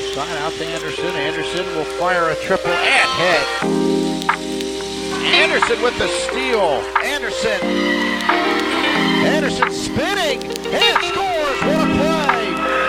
Side out to Anderson. Anderson will fire a triple and hit. Anderson with the steal. Anderson spinning and scores. What a play!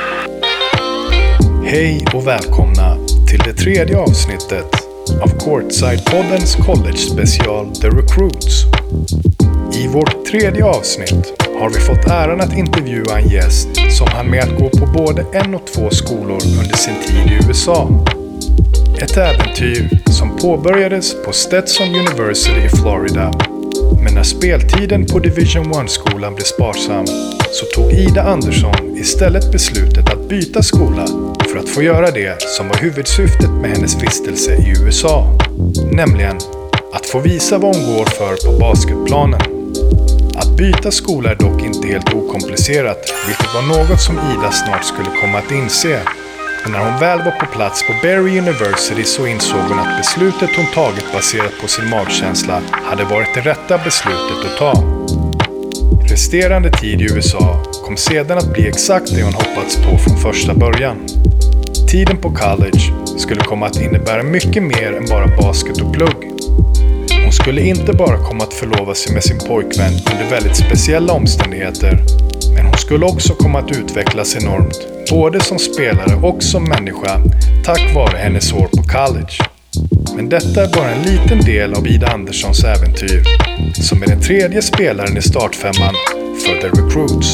Hej och välkomna till det tredje avsnittet av Courtside-poddens college-special The Recruits. I vårt tredje avsnitt har vi fått äran att intervjua en gäst som hann med att gå på både en och två skolor under sin tid i USA. Ett äventyr som påbörjades på Stetson University i Florida. Men när speltiden på Division I-skolan blev sparsam så tog Ida Andersson istället beslutet att byta skola för att få göra det som var huvudsyftet med hennes vistelse i USA. Nämligen att få visa vad hon går för på basketplanen. Att byta skola är dock inte helt okomplicerat, vilket var något som Ida snart skulle komma att inse. Men när hon väl var på plats på Berry University så insåg hon att beslutet hon tagit baserat på sin magkänsla hade varit det rätta beslutet att ta. Resterande tid i USA kom sedan att bli exakt det hon hoppats på från första början. Tiden på college skulle komma att innebära mycket mer än bara basket och plugg. Hon skulle inte bara komma att förlova sig med sin pojkvän under väldigt speciella omständigheter, men hon skulle också komma att utvecklas enormt, både som spelare och som människa, tack vare hennes år på college. Men detta är bara en liten del av Ida Anderssons äventyr, som är den tredje spelaren i startfemman för The Recruits.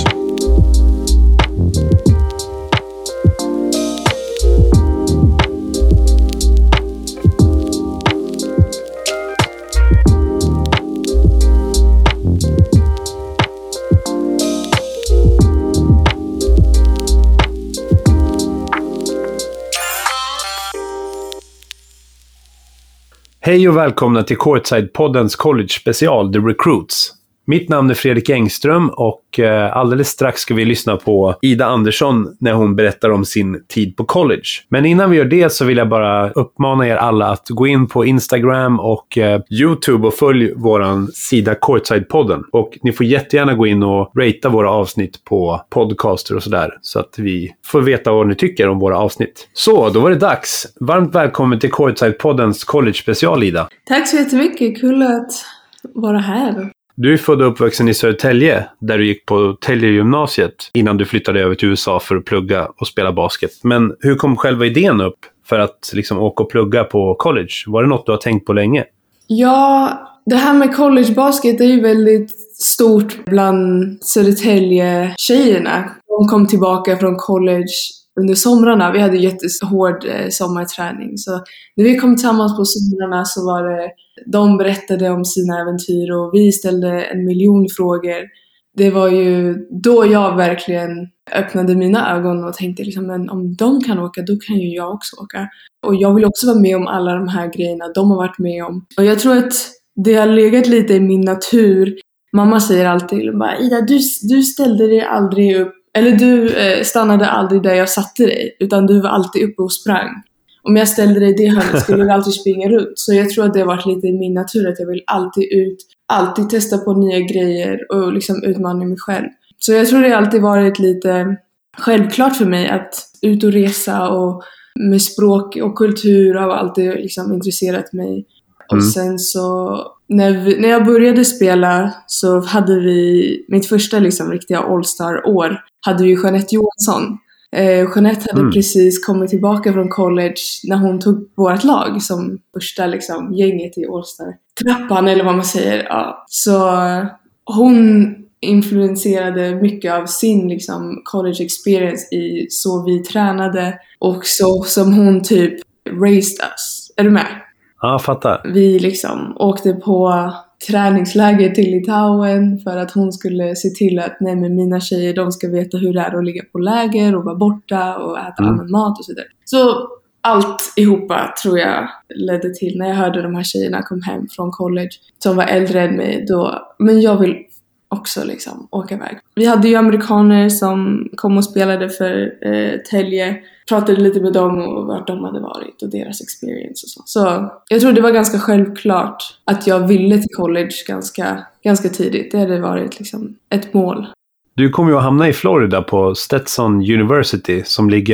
Hej och välkomna till Courtside-poddens college-special The Recruits. Mitt namn är Fredrik Engström och alldeles strax ska vi lyssna på Ida Andersson när hon berättar om sin tid på college. Men innan vi gör det så vill jag bara uppmana er alla att gå in på Instagram och YouTube och följ våran sida Courtside-podden. Och ni får jättegärna gå in och ratea våra avsnitt på podcaster och sådär så att vi får veta vad ni tycker om våra avsnitt. Så, då var det dags. Varmt välkommen till Courtside-poddens college-special, Ida. Tack så jättemycket, kul att vara här. Du är född och uppvuxen i Södertälje där du gick på Tälje-gymnasiet innan du flyttade över till USA för att plugga och spela basket. Men hur kom själva idén upp för att liksom åka och plugga på college? Var det något du har tänkt på länge? Ja, det här med collegebasket är ju väldigt stort bland Södertälje-tjejerna. De kom tillbaka från college under somrarna. Vi hade jättehård sommarträning. Så när vi kom tillsammans på somrarna så var det... De berättade om sina äventyr och vi ställde 1 miljon frågor. Det var ju då jag verkligen öppnade mina ögon och tänkte liksom, men om de kan åka, då kan ju jag också åka. Och jag vill också vara med om alla de här grejerna de har varit med om. Och jag tror att det har legat lite i min natur. Mamma säger alltid, Ida, du ställde dig aldrig upp. Eller du stannade aldrig där jag satte dig, utan du var alltid uppe och sprang. Om jag ställde dig i det hörnet skulle du alltid springa runt. Så jag tror att det har varit lite i min natur att jag vill alltid ut, alltid testa på nya grejer och liksom utmana mig själv. Så jag tror det har alltid varit lite självklart för mig att ut och resa och med språk och kultur har alltid liksom intresserat mig. Och sen så när jag började spela så hade vi mitt första liksom riktiga All-Star-år hade vi Jeanette Johansson. Jeanette hade precis kommit tillbaka från college när hon tog vårt lag som första liksom, gänget i All-Star-trappan eller vad man säger. Ja. Så hon influenserade mycket av sin liksom, college experience i så vi tränade och så som hon typ raised us. Är du med? Ja, fattar. Vi liksom åkte på träningsläger till Litauen för att hon skulle se till att nej, men mina tjejer de ska veta hur det är att ligga på läger och vara borta och äta annan mat och så vidare. Så allt ihopa tror jag ledde till när jag hörde de här tjejerna kom hem från college som var äldre än mig då. Men jag vill också liksom åka iväg. Vi hade ju amerikaner som kom och spelade för Tälje. Pratade lite med dem och vart de hade varit och deras experience och så. Så jag tror det var ganska självklart att jag ville till college ganska tidigt. Det hade varit liksom ett mål. Du kommer ju att hamna i Florida på Stetson University som ligger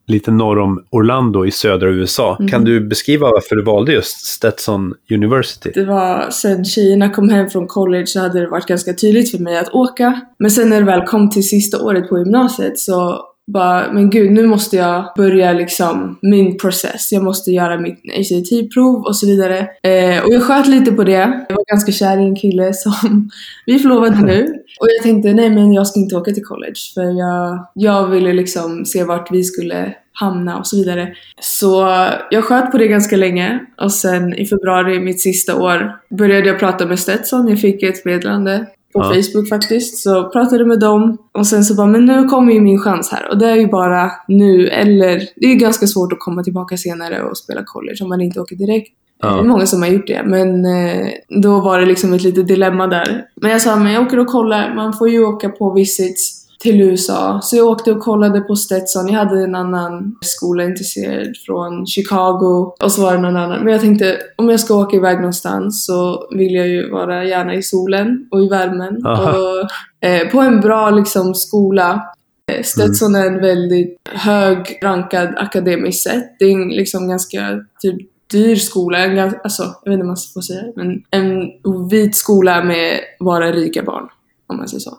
lite norr om Orlando i södra USA. Kan du beskriva varför du valde just Stetson University? Det var sen tjejerna kom hem från college så hade det varit ganska tydligt för mig att åka. Men sen när det väl kom till sista året på gymnasiet så bara, men gud, nu måste jag börja liksom min process. Jag måste göra mitt ACT-prov och så vidare. Och jag sköt lite på det. Jag var ganska kär i en kille som vi förlovade nu. Och jag tänkte, nej men jag ska inte åka till college. För jag ville liksom se vart vi skulle hamna och så vidare. Så jag sköt på det ganska länge. Och sen i februari, mitt sista år, började jag prata med Stetson. Jag fick ett meddelande på Facebook faktiskt, så pratade med dem och sen så bara, men nu kommer ju min chans här och det är ju bara nu, eller det är ju ganska svårt att komma tillbaka senare och spela college om man inte åker direkt. Det är många som har gjort det, men då var det liksom ett litet dilemma där. Men jag sa, men jag åker och kollar, man får ju åka på visits till USA. Så jag åkte och kollade på Stetson. Jag hade en annan skola intresserad från Chicago. Och så var det någon annan. Men jag tänkte, om jag ska åka iväg någonstans så vill jag ju vara gärna i solen och i värmen. Och på en bra liksom skola. Stetson är en väldigt hög rankad akademiskt sett. Det är liksom ganska typ dyr skola. Alltså, jag vet inte om man får säga, men en vit skola med bara rika barn, om man säger så.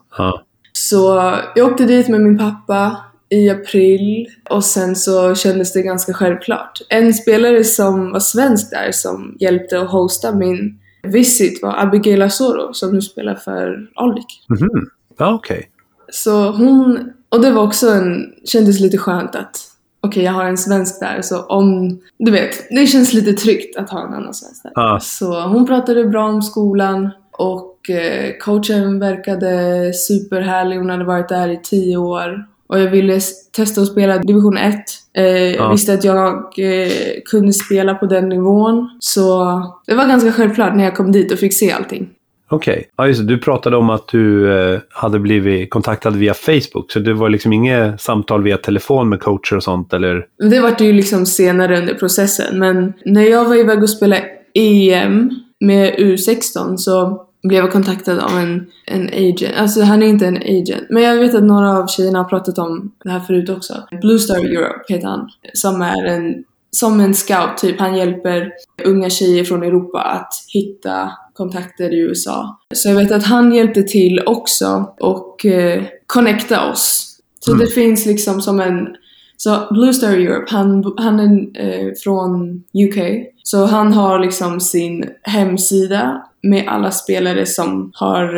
Så jag åkte dit med min pappa i april och sen så kändes det ganska självklart. En spelare som var svensk där som hjälpte att hosta min visit var Abigail Asoro som nu spelar för Alvik. Okej. Så hon, och det var också kändes lite skönt att okej, jag har en svensk där, så om, du vet, det känns lite tryggt att ha en annan svensk där. Så hon pratade bra om skolan. Och coachen verkade superhärlig. Hon hade varit där i 10 år. Och jag ville testa att spela division 1. Visste att jag kunde spela på den nivån. Så det var ganska självklart när jag kom dit och fick se allting. Okej. Ja, just det. Du pratade om att du hade blivit kontaktad via Facebook. Så det var liksom inget samtal via telefon med coacher och sånt, eller? Det var ju liksom senare under processen. Men när jag var iväg och spelade EM med U16 så blev jag kontaktad av en agent. Alltså han är inte en agent. Men jag vet att några av tjejerna har pratat om det här förut också. Blue Star Europe heter han. Som är som en scout typ. Han hjälper unga tjejer från Europa att hitta kontakter i USA. Så jag vet att han hjälpte till också och connecta oss. Så det finns liksom som en... Så Blue Star Europe, han är från UK. Så han har liksom sin hemsida med alla spelare som har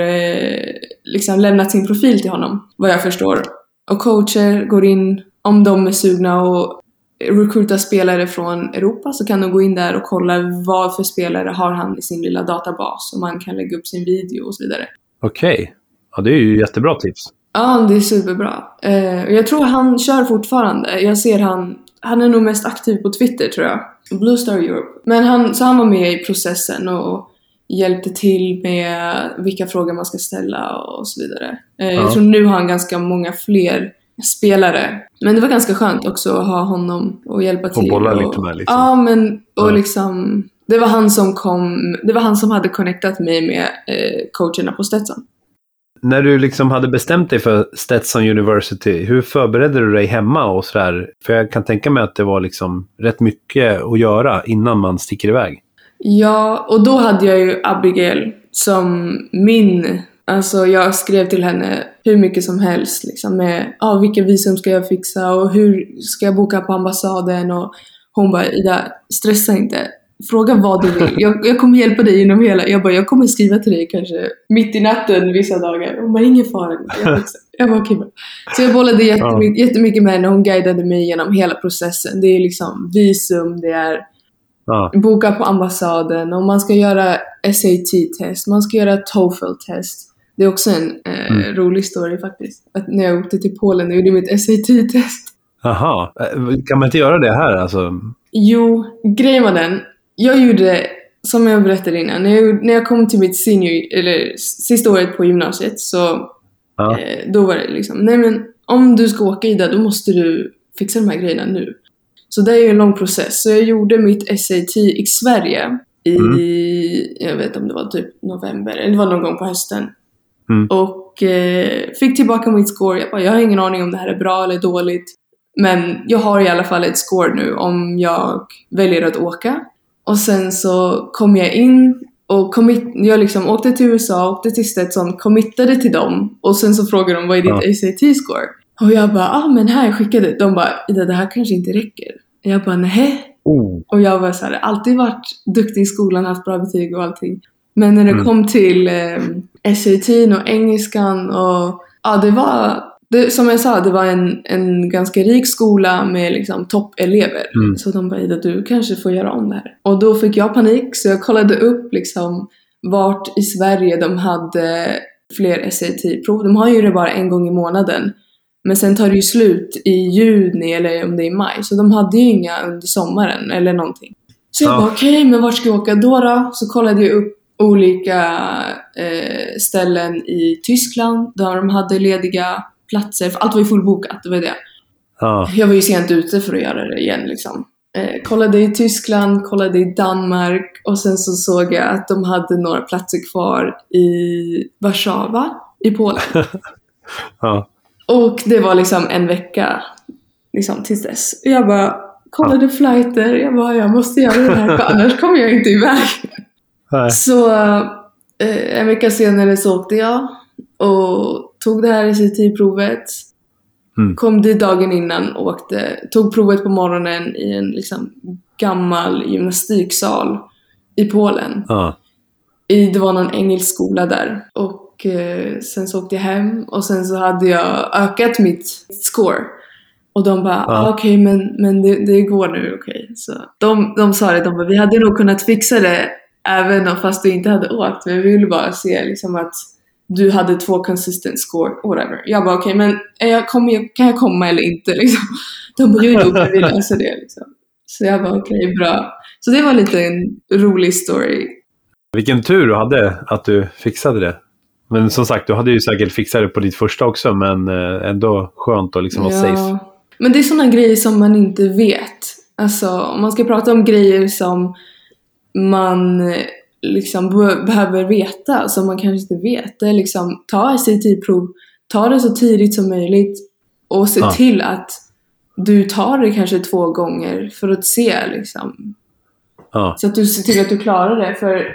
liksom lämnat sin profil till honom, vad jag förstår. Och coacher går in, om de är sugna och rekryta spelare från Europa, så kan de gå in där och kolla vad för spelare har han i sin lilla databas. Och man kan lägga upp sin video och så vidare. Okej. Ja, det är ju jättebra tips. Ja, det är superbra. Jag tror han kör fortfarande. Jag ser han är nog mest aktiv på Twitter, tror jag. Blue Star Europe. Men han var med i processen och hjälpte till med vilka frågor man ska ställa och så vidare. Jag tror nu har han ganska många fler spelare. Men det var ganska skönt också att ha honom och hjälpa till. Och bolla lite med liksom. Ja, men och liksom... Det var han som hade connectat mig med coacherna på Stetson. När du liksom hade bestämt dig för Stetson University, hur förberedde du dig hemma och sådär? För jag kan tänka mig att det var liksom rätt mycket att göra innan man sticker iväg. Ja, och då hade jag ju Abigail som alltså jag skrev till henne hur mycket som helst liksom med vilka visum ska jag fixa och hur ska jag boka på ambassaden, och hon bara, Ida, stressa inte. Fråga vad du vill. Jag kommer hjälpa dig inom hela. Jag kommer skriva till dig kanske mitt i natten vissa dagar. Hon bara, ingen fara. Jag var okej. Så jag bollade jättemycket med henne. Hon guidade mig genom hela processen. Det är liksom visum, det är boka på ambassaden, och man ska göra SAT-test. Man ska göra TOEFL-test. Det är också en rolig story faktiskt. Att när jag åkte till Polen och gjorde mitt SAT-test. Aha, kan man inte göra det här alltså? Jo, grejen var den. Jag gjorde, som jag berättade innan, när jag kom till mitt sista året på gymnasiet, så då var det liksom, nej men om du ska åka Ida, då måste du fixa de här grejerna nu. Så det är ju en lång process. Så jag gjorde mitt SAT i Sverige jag vet om det var typ november, eller det var någon gång på hösten. Och fick tillbaka mitt score. Jag har ingen aning om det här är bra eller dåligt. Men jag har i alla fall ett score nu om jag väljer att åka. Och sen så kom jag in och jag liksom åkte till USA, åkte till Stetson, committade till dem. Och sen så frågade de, vad är ditt ACT-score? Och jag bara, men här skickade. De bara, det här kanske inte räcker. Och jag bara, nej. Och jag var så här, alltid varit duktig i skolan, haft bra betyg och allting. Men när det kom till SAT och engelskan och som jag sa, det var en ganska rik skola med liksom toppelever. Så de bara, du kanske får göra om det här. Och då fick jag panik, så jag kollade upp liksom vart i Sverige de hade fler SAT-prov. De har ju det bara en gång i månaden. Men sen tar det ju slut i juni eller om det är i maj. Så de hade ju inga under sommaren eller någonting. Så jag bara, okej, men vart ska jag åka då? Så kollade jag upp olika ställen i Tyskland där de hade lediga platser. För allt var ju fullbokat, det var det. Jag var ju sent ute för att göra det igen liksom. Kollade i Tyskland, kollade i Danmark. Och sen så såg jag att de hade några platser kvar i Warszawa i Polen. Och det var liksom en vecka liksom tills dess. Jag bara kollade flighter. Jag måste göra det här, för annars kommer jag inte iväg. Så en vecka senare så åkte jag och tog det här SAT-provet. Kom dit dagen innan och tog provet på morgonen i en liksom gammal gymnastiksal i Polen. Det var någon engelsk skola där. Och sen så åkte jag hem och sen så hade jag ökat mitt score. Och de bara, okej, men det går nu, okej. Så de sa det, vi hade nog kunnat fixa det även fast du inte hade åkt. Men vi ville bara se liksom att du hade 2 consistent score, whatever. Jag bara, okej, men kan jag komma eller inte liksom? De bara, jo, vi löser det liksom. Så jag bara, okej, bra. Så det var lite en rolig story. Vilken tur du hade att du fixade det. Men som sagt, du hade ju säkert fixat det på ditt första också, men ändå skönt att liksom vara safe. Men det är sådana grejer som man inte vet. Alltså, om man ska prata om grejer som man liksom behöver veta, som man kanske inte vet. Det är liksom, ta SAT-prov, ta det så tidigt som möjligt och se till att du tar det kanske 2 gånger för att se liksom. Så att du ser till att du klarar det. För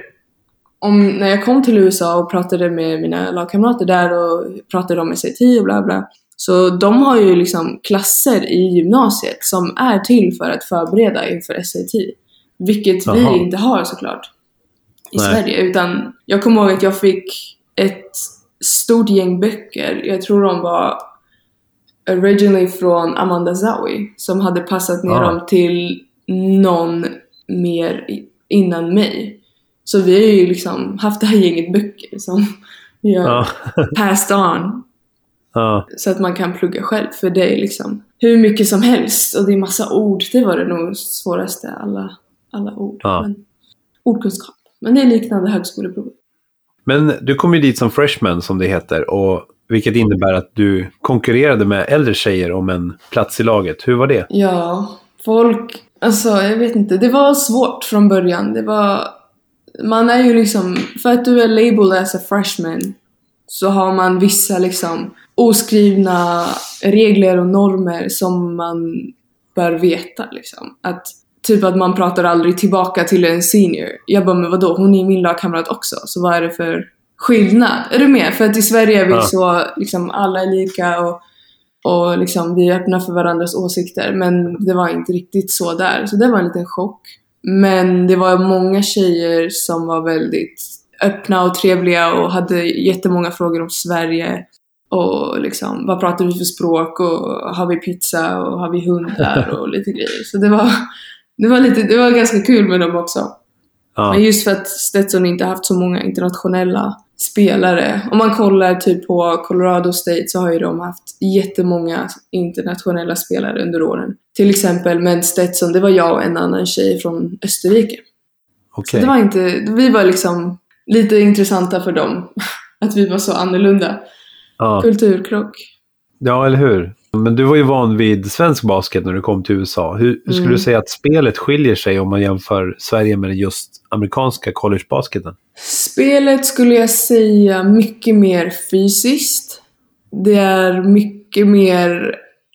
när jag kom till USA och pratade med mina lagkamrater där och pratade om SAT och bla bla, så de har ju liksom klasser i gymnasiet som är till för att förbereda inför SAT, vilket vi inte har såklart i Sverige. Utan jag kommer ihåg att jag fick ett stort gäng böcker. Jag tror de var originally från Amanda Zawi, som hade passat ner dem till någon mer innan mig. Så vi har ju liksom haft det här gänget böcker som vi har passed on. Så att man kan plugga själv. För det är liksom hur mycket som helst. Och det är massa ord. Det var det nog svåraste. Alla ord. Men, ordkunskap. Men det är liknande högskoleprovet. Men du kom ju dit som freshman, som det heter. Och vilket innebär att du konkurrerade med äldre tjejer om en plats i laget. Hur var det? Ja, alltså jag vet inte. Det var svårt från början. Man är ju liksom, för att du är labeled as a freshman så har man vissa liksom oskrivna regler och normer som man bör veta liksom. Att man pratar aldrig tillbaka till en senior. Jag bara, men vadå? Hon är min lagkamrat också. Så vad är det för skillnad? Är du med? För att i Sverige är vi så liksom, alla är lika och liksom, vi är öppna för varandras åsikter. Men det var inte riktigt så där. Så det var en liten chock. Men det var många tjejer som var väldigt öppna och trevliga och hade jättemånga frågor om Sverige. Och liksom, vad pratar vi för språk? Och har vi pizza? Och har vi hund här? Och lite grejer. Så det var ganska kul med dem också. Men just för att Stetson inte haft så många internationella spelare. Om man kollar typ på Colorado State så har ju de haft jättemånga internationella spelare under åren. Till exempel med Stetson, det var jag och en annan tjej från Österrike. Så det var inte, vi var liksom lite intressanta för dem. Att vi var så annorlunda. Kulturkrock. Ja, eller hur? Men du var ju van vid svensk basket när du kom till USA. Hur skulle du säga att spelet skiljer sig om man jämför Sverige med just amerikanska collegebasketen? Spelet skulle jag säga mycket mer fysiskt. Det är mycket mer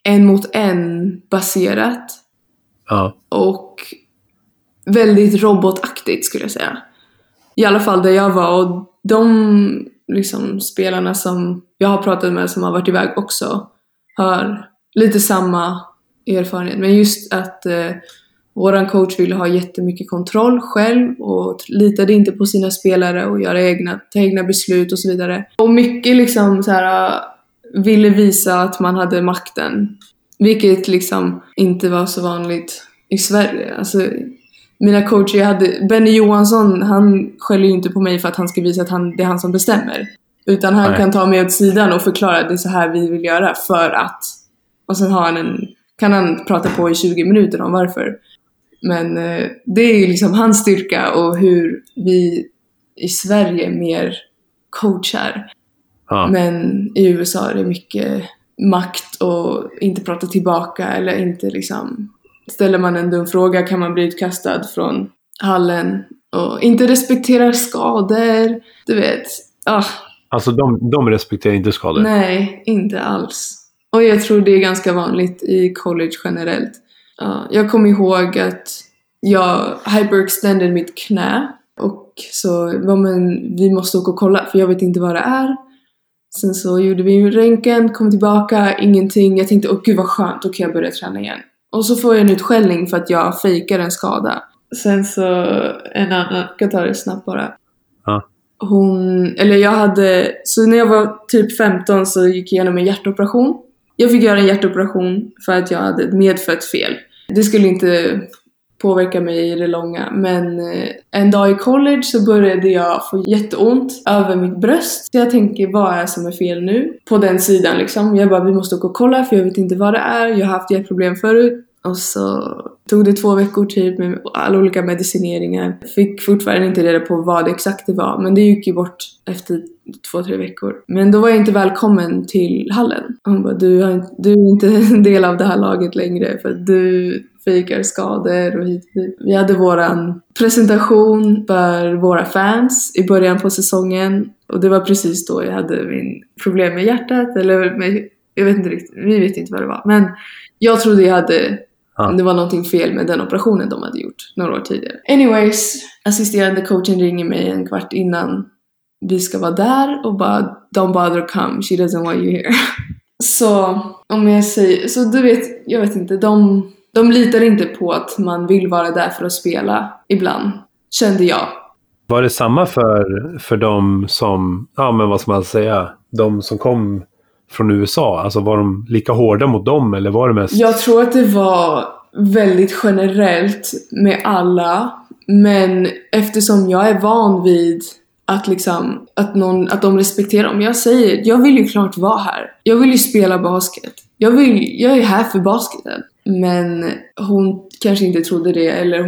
en mot en baserat. Ja. Och väldigt robotaktigt skulle jag säga. I alla fall där jag var. Och de liksom, spelarna som jag har pratat med som har varit iväg också har lite samma erfarenhet. Men just att våran coach ville ha jättemycket kontroll själv och litade inte på sina spelare och ta egna beslut och så vidare. Och mycket liksom så här, ville visa att man hade makten. Vilket liksom inte var så vanligt i Sverige. Alltså, mina coacher, Benny Johansson, han skäller ju inte på mig för att han ska visa att det är han som bestämmer. Utan han kan ta mig åt sidan och förklara att det är så här vi vill göra för att. Och sen kan han prata på i 20 minuter om varför. Men det är ju liksom hans styrka och hur vi i Sverige mer coachar. Ja. Men i USA är det mycket makt och inte prata tillbaka eller inte liksom. Ställer man en dum fråga kan man bli utkastad från hallen och inte respekterar skador. Du vet. Alltså de respekterar inte skador? Nej, inte alls. Och jag tror det är ganska vanligt i college generellt. Jag kommer ihåg att jag hyperextended mitt knä och så vi måste åka och kolla för jag vet inte vad det är. Sen så gjorde vi röntgen, kom tillbaka, ingenting. Jag tänkte, gud vad skönt, då kan jag börja träna igen. Och så får jag en utskällning för att jag fejkar en skada. Sen så en annan, jag tar det snabbt bara. Så när jag var typ 15 så gick jag igenom en hjärtoperation. Jag fick göra en hjärtoperation för att jag hade ett medfött fel. Det skulle inte påverka mig i det långa. Men en dag i college så började jag få jätteont över mitt bröst. Så jag tänker, vad är som är fel nu? På den sidan liksom. Jag bara, vi måste åka och kolla för jag vet inte vad det är. Jag har haft hjärtproblem förut. Och så tog det 2 veckor typ med alla olika medicineringar. Fick fortfarande inte reda på vad exakt det var. Men det gick ju bort efter 2-3 veckor. Men då var jag inte välkommen till hallen. Hon bara, du är inte en del av det här laget längre. För du fejkar skador och hit. Vi hade våran presentation för våra fans i början på säsongen. Och det var precis då jag hade min problem med hjärtat. Jag vet inte riktigt, vi vet inte vad det var. Men jag trodde det var någonting fel med den operationen de hade gjort några år tidigare. Anyways, assisterande coachen ringer mig en kvart innan vi ska vara där och bara, don't bother come, she doesn't want you here. Så om jag säger, så du vet, jag vet inte, de litar inte på att man vill vara där för att spela ibland, kände jag. Var det samma för de som, men vad ska man säga, de som kom från USA? Alltså var de lika hårda mot dem eller var det mest? Jag tror att det var väldigt generellt med alla. Men eftersom jag är van vid att liksom, att de respekterar om jag säger, jag vill ju klart vara här. Jag vill ju spela basket. Jag är här för basketen. Men hon kanske inte trodde det, eller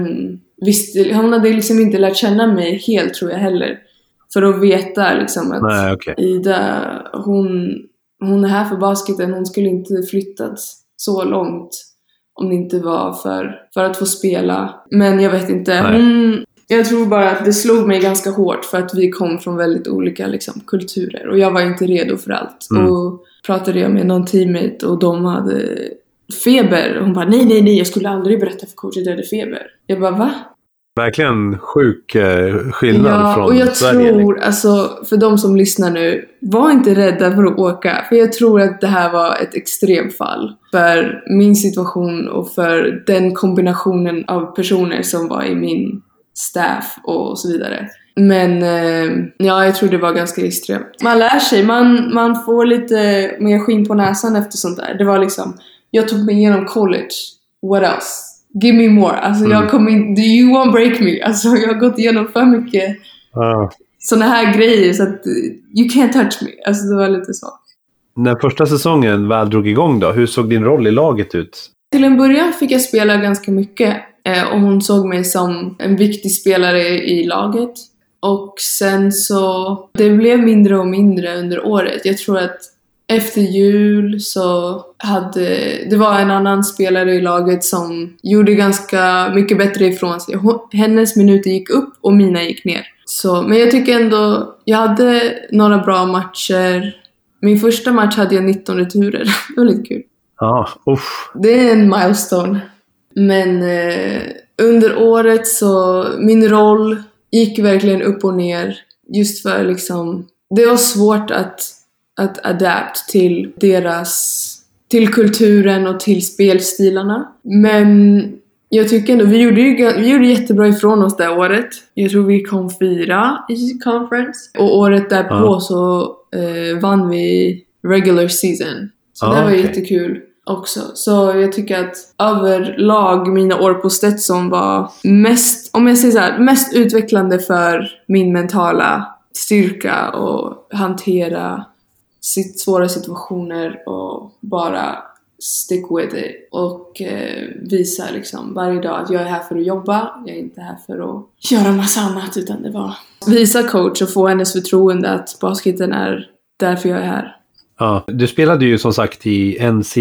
hon hade liksom inte lärt känna mig helt, tror jag heller. För att veta liksom att Ida, hon är här för basketen. Hon skulle inte flyttats så långt om det inte var för att få spela. Men jag vet inte. Jag tror bara att det slog mig ganska hårt för att vi kom från väldigt olika liksom, kulturer. Och jag var inte redo för allt. Och pratade jag med någon teammate och de hade feber. Och hon bara, nej, jag skulle aldrig berätta för coachen att jag hade feber. Jag bara, va? Verkligen sjuk skillnad från och jag Sverige. Tror, alltså, för de som lyssnar nu, var inte rädda för att åka. För jag tror att det här var ett extremfall för min situation och för den kombinationen av personer som var i min staff och så vidare. Men jag tror det var ganska extremt. Man lär sig, man får lite mer skinn på näsan efter sånt där. Det var liksom, jag tog mig igenom college. What else? Give me more. Alltså jag kommer inte, do you won't break me? Alltså jag har gått igenom för mycket såna här grejer så att you can't touch me. Alltså det var lite så. När första säsongen väl drog igång då, hur såg din roll i laget ut? Till en början fick jag spela ganska mycket. Och hon såg mig som en viktig spelare i laget. Och sen så, det blev mindre och mindre under året. Jag tror att efter jul så det var en annan spelare i laget som gjorde ganska mycket bättre ifrån sig. Hennes minuter gick upp och mina gick ner. Så, men jag tycker ändå, jag hade några bra matcher. Min första match hade jag 19 returer. Det var lite kul. Ja, uff. Det är en milestone. Men under året så min roll gick verkligen upp och ner. Just för liksom, det var svårt att adapt till till kulturen och till spelstilarna. Men jag tycker ändå, vi gjorde jättebra ifrån oss det året. Jag tror vi kom 4 i conference. Och året därpå så vann vi regular season. Så det var jättekul också. Så jag tycker att överlag mina år på Stetson var mest, om jag säger så här, mest utvecklande för min mentala styrka och hantera svåra situationer och bara stick with it och visa liksom varje dag att jag är här för att jobba, jag är inte här för att göra massa annat, utan det var visa coach och få hennes förtroende att basketen är därför jag är här. Ja, du spelade ju som sagt i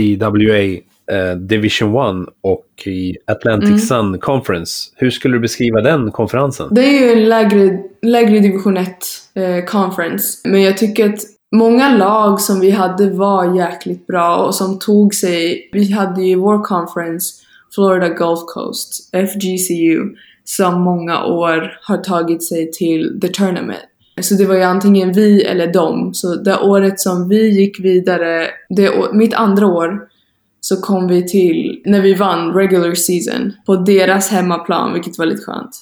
NCAA Division 1 och i Atlantic Sun Conference. Hur skulle du beskriva den konferensen? Det är ju en lägre Division 1 conference, men jag tycker att många lag som vi hade var jäkligt bra och som tog sig. Vi hade ju vår conference Florida Gulf Coast, FGCU, som många år har tagit sig till the tournament. Så det var ju antingen vi eller dem. Så det året som vi gick vidare, mitt andra år, så kom vi till, när vi vann regular season på deras hemmaplan, vilket var lite skönt.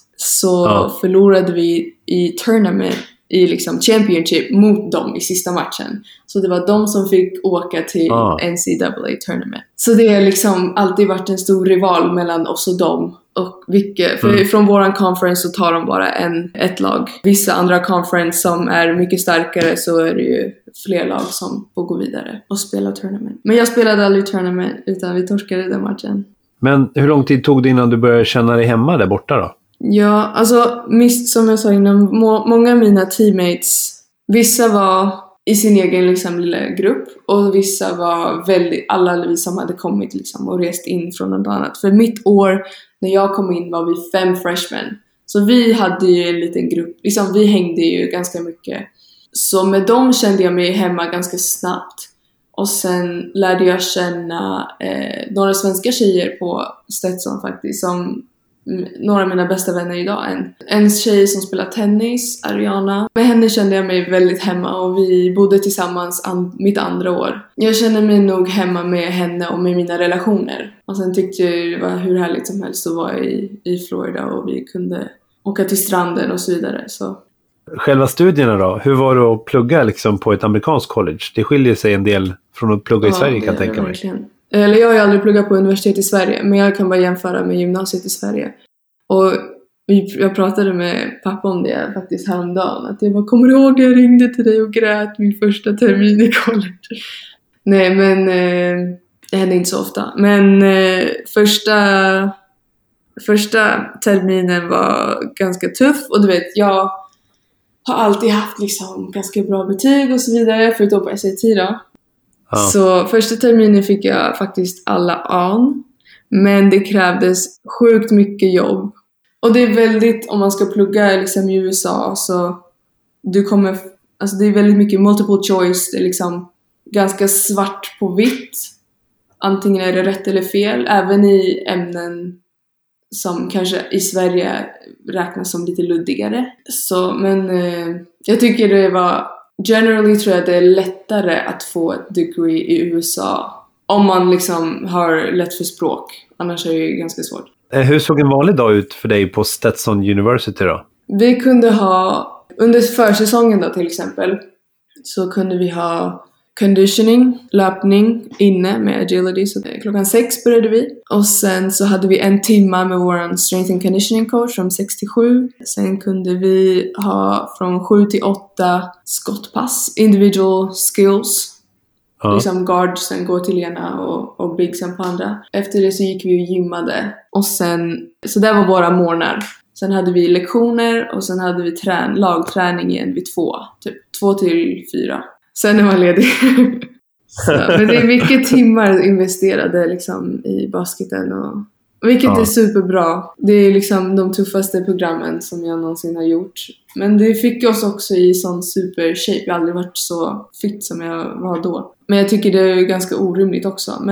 Så förlorade vi i tournament, i liksom championship, mot dem i sista matchen. Så det var de som fick åka till NCAA tournament. Så det har liksom alltid varit en stor rival mellan oss och dem. Och för från våran conference så tar de bara ett lag. Vissa andra conference som är mycket starkare, så är det ju fler lag som får gå vidare och spela tournament. Men jag spelade aldrig tournament, utan vi torskade den matchen. Men hur lång tid tog det innan du började känna dig hemma där borta då? Ja, alltså som jag sa innan, många av mina teammates, vissa var i sin egen liksom lilla grupp och vissa var alla vi som hade kommit liksom och rest in från något annat. För mitt år när jag kom in var vi 5 freshmen. Så vi hade ju en liten grupp, liksom vi hängde ju ganska mycket. Så med dem kände jag mig hemma ganska snabbt. Och sen lärde jag känna några svenska tjejer på Stetson faktiskt, som några av mina bästa vänner idag. En tjej som spelar tennis, Ariana. Med henne kände jag mig väldigt hemma och vi bodde tillsammans mitt andra år. Jag kände mig nog hemma med henne och med mina relationer. Och sen tyckte jag det var hur härligt som helst att vara i Florida och vi kunde åka till stranden och så vidare. Så. Själva studierna då? Hur var det att plugga liksom på ett amerikanskt college? Det skiljer sig en del från att plugga i Sverige, kan jag tänka mig. Verkligen. Eller jag har ju aldrig pluggat på universitet i Sverige, men jag kan bara jämföra med gymnasiet i Sverige. Och jag pratade med pappa om det faktiskt häromdagen. Att jag bara, kommer du ihåg jag ringde till dig och grät min första termin i college? Nej, men det hände inte så ofta. Men första terminen var ganska tuff. Och du vet, jag har alltid haft liksom ganska bra betyg och så vidare, förutom på SAT då. Så första terminen fick jag faktiskt alla an. Men det krävdes sjukt mycket jobb. Och det är väldigt, om man ska plugga liksom i USA, så det är väldigt mycket multiple choice. Det är liksom ganska svart på vitt. Antingen är det rätt eller fel. Även i ämnen som kanske i Sverige räknas som lite luddigare. Men jag tycker det var... Generally tror jag att det är lättare att få ett degree i USA om man liksom har lätt för språk. Annars är det ju ganska svårt. Hur såg en vanlig dag ut för dig på Stetson University då? Vi kunde ha, under försäsongen då till exempel, så kunde vi ha conditioning, löpning inne med agility. Så 6:00 började vi. Och sen så hade vi 1 timme med vår strength and conditioning coach från 6 till 7. Sen kunde vi ha från 7 till 8 skottpass, individual skills. Liksom guard, sen gå till ena och big sen på andra. Efter det så gick vi och gymmade. Och sen, så det var våra morgnar. Sen hade vi lektioner och sen hade vi lagträning igen vid 2. Typ 2 till 4. Sen är man ledig. Men det är mycket timmar investerade liksom i basketen. Vilket är superbra. Det är liksom de tuffaste programmen som jag någonsin har gjort. Men det fick oss också i sån super shape. Jag har aldrig varit så fit som jag var då. Men jag tycker det är ganska orimligt också. Men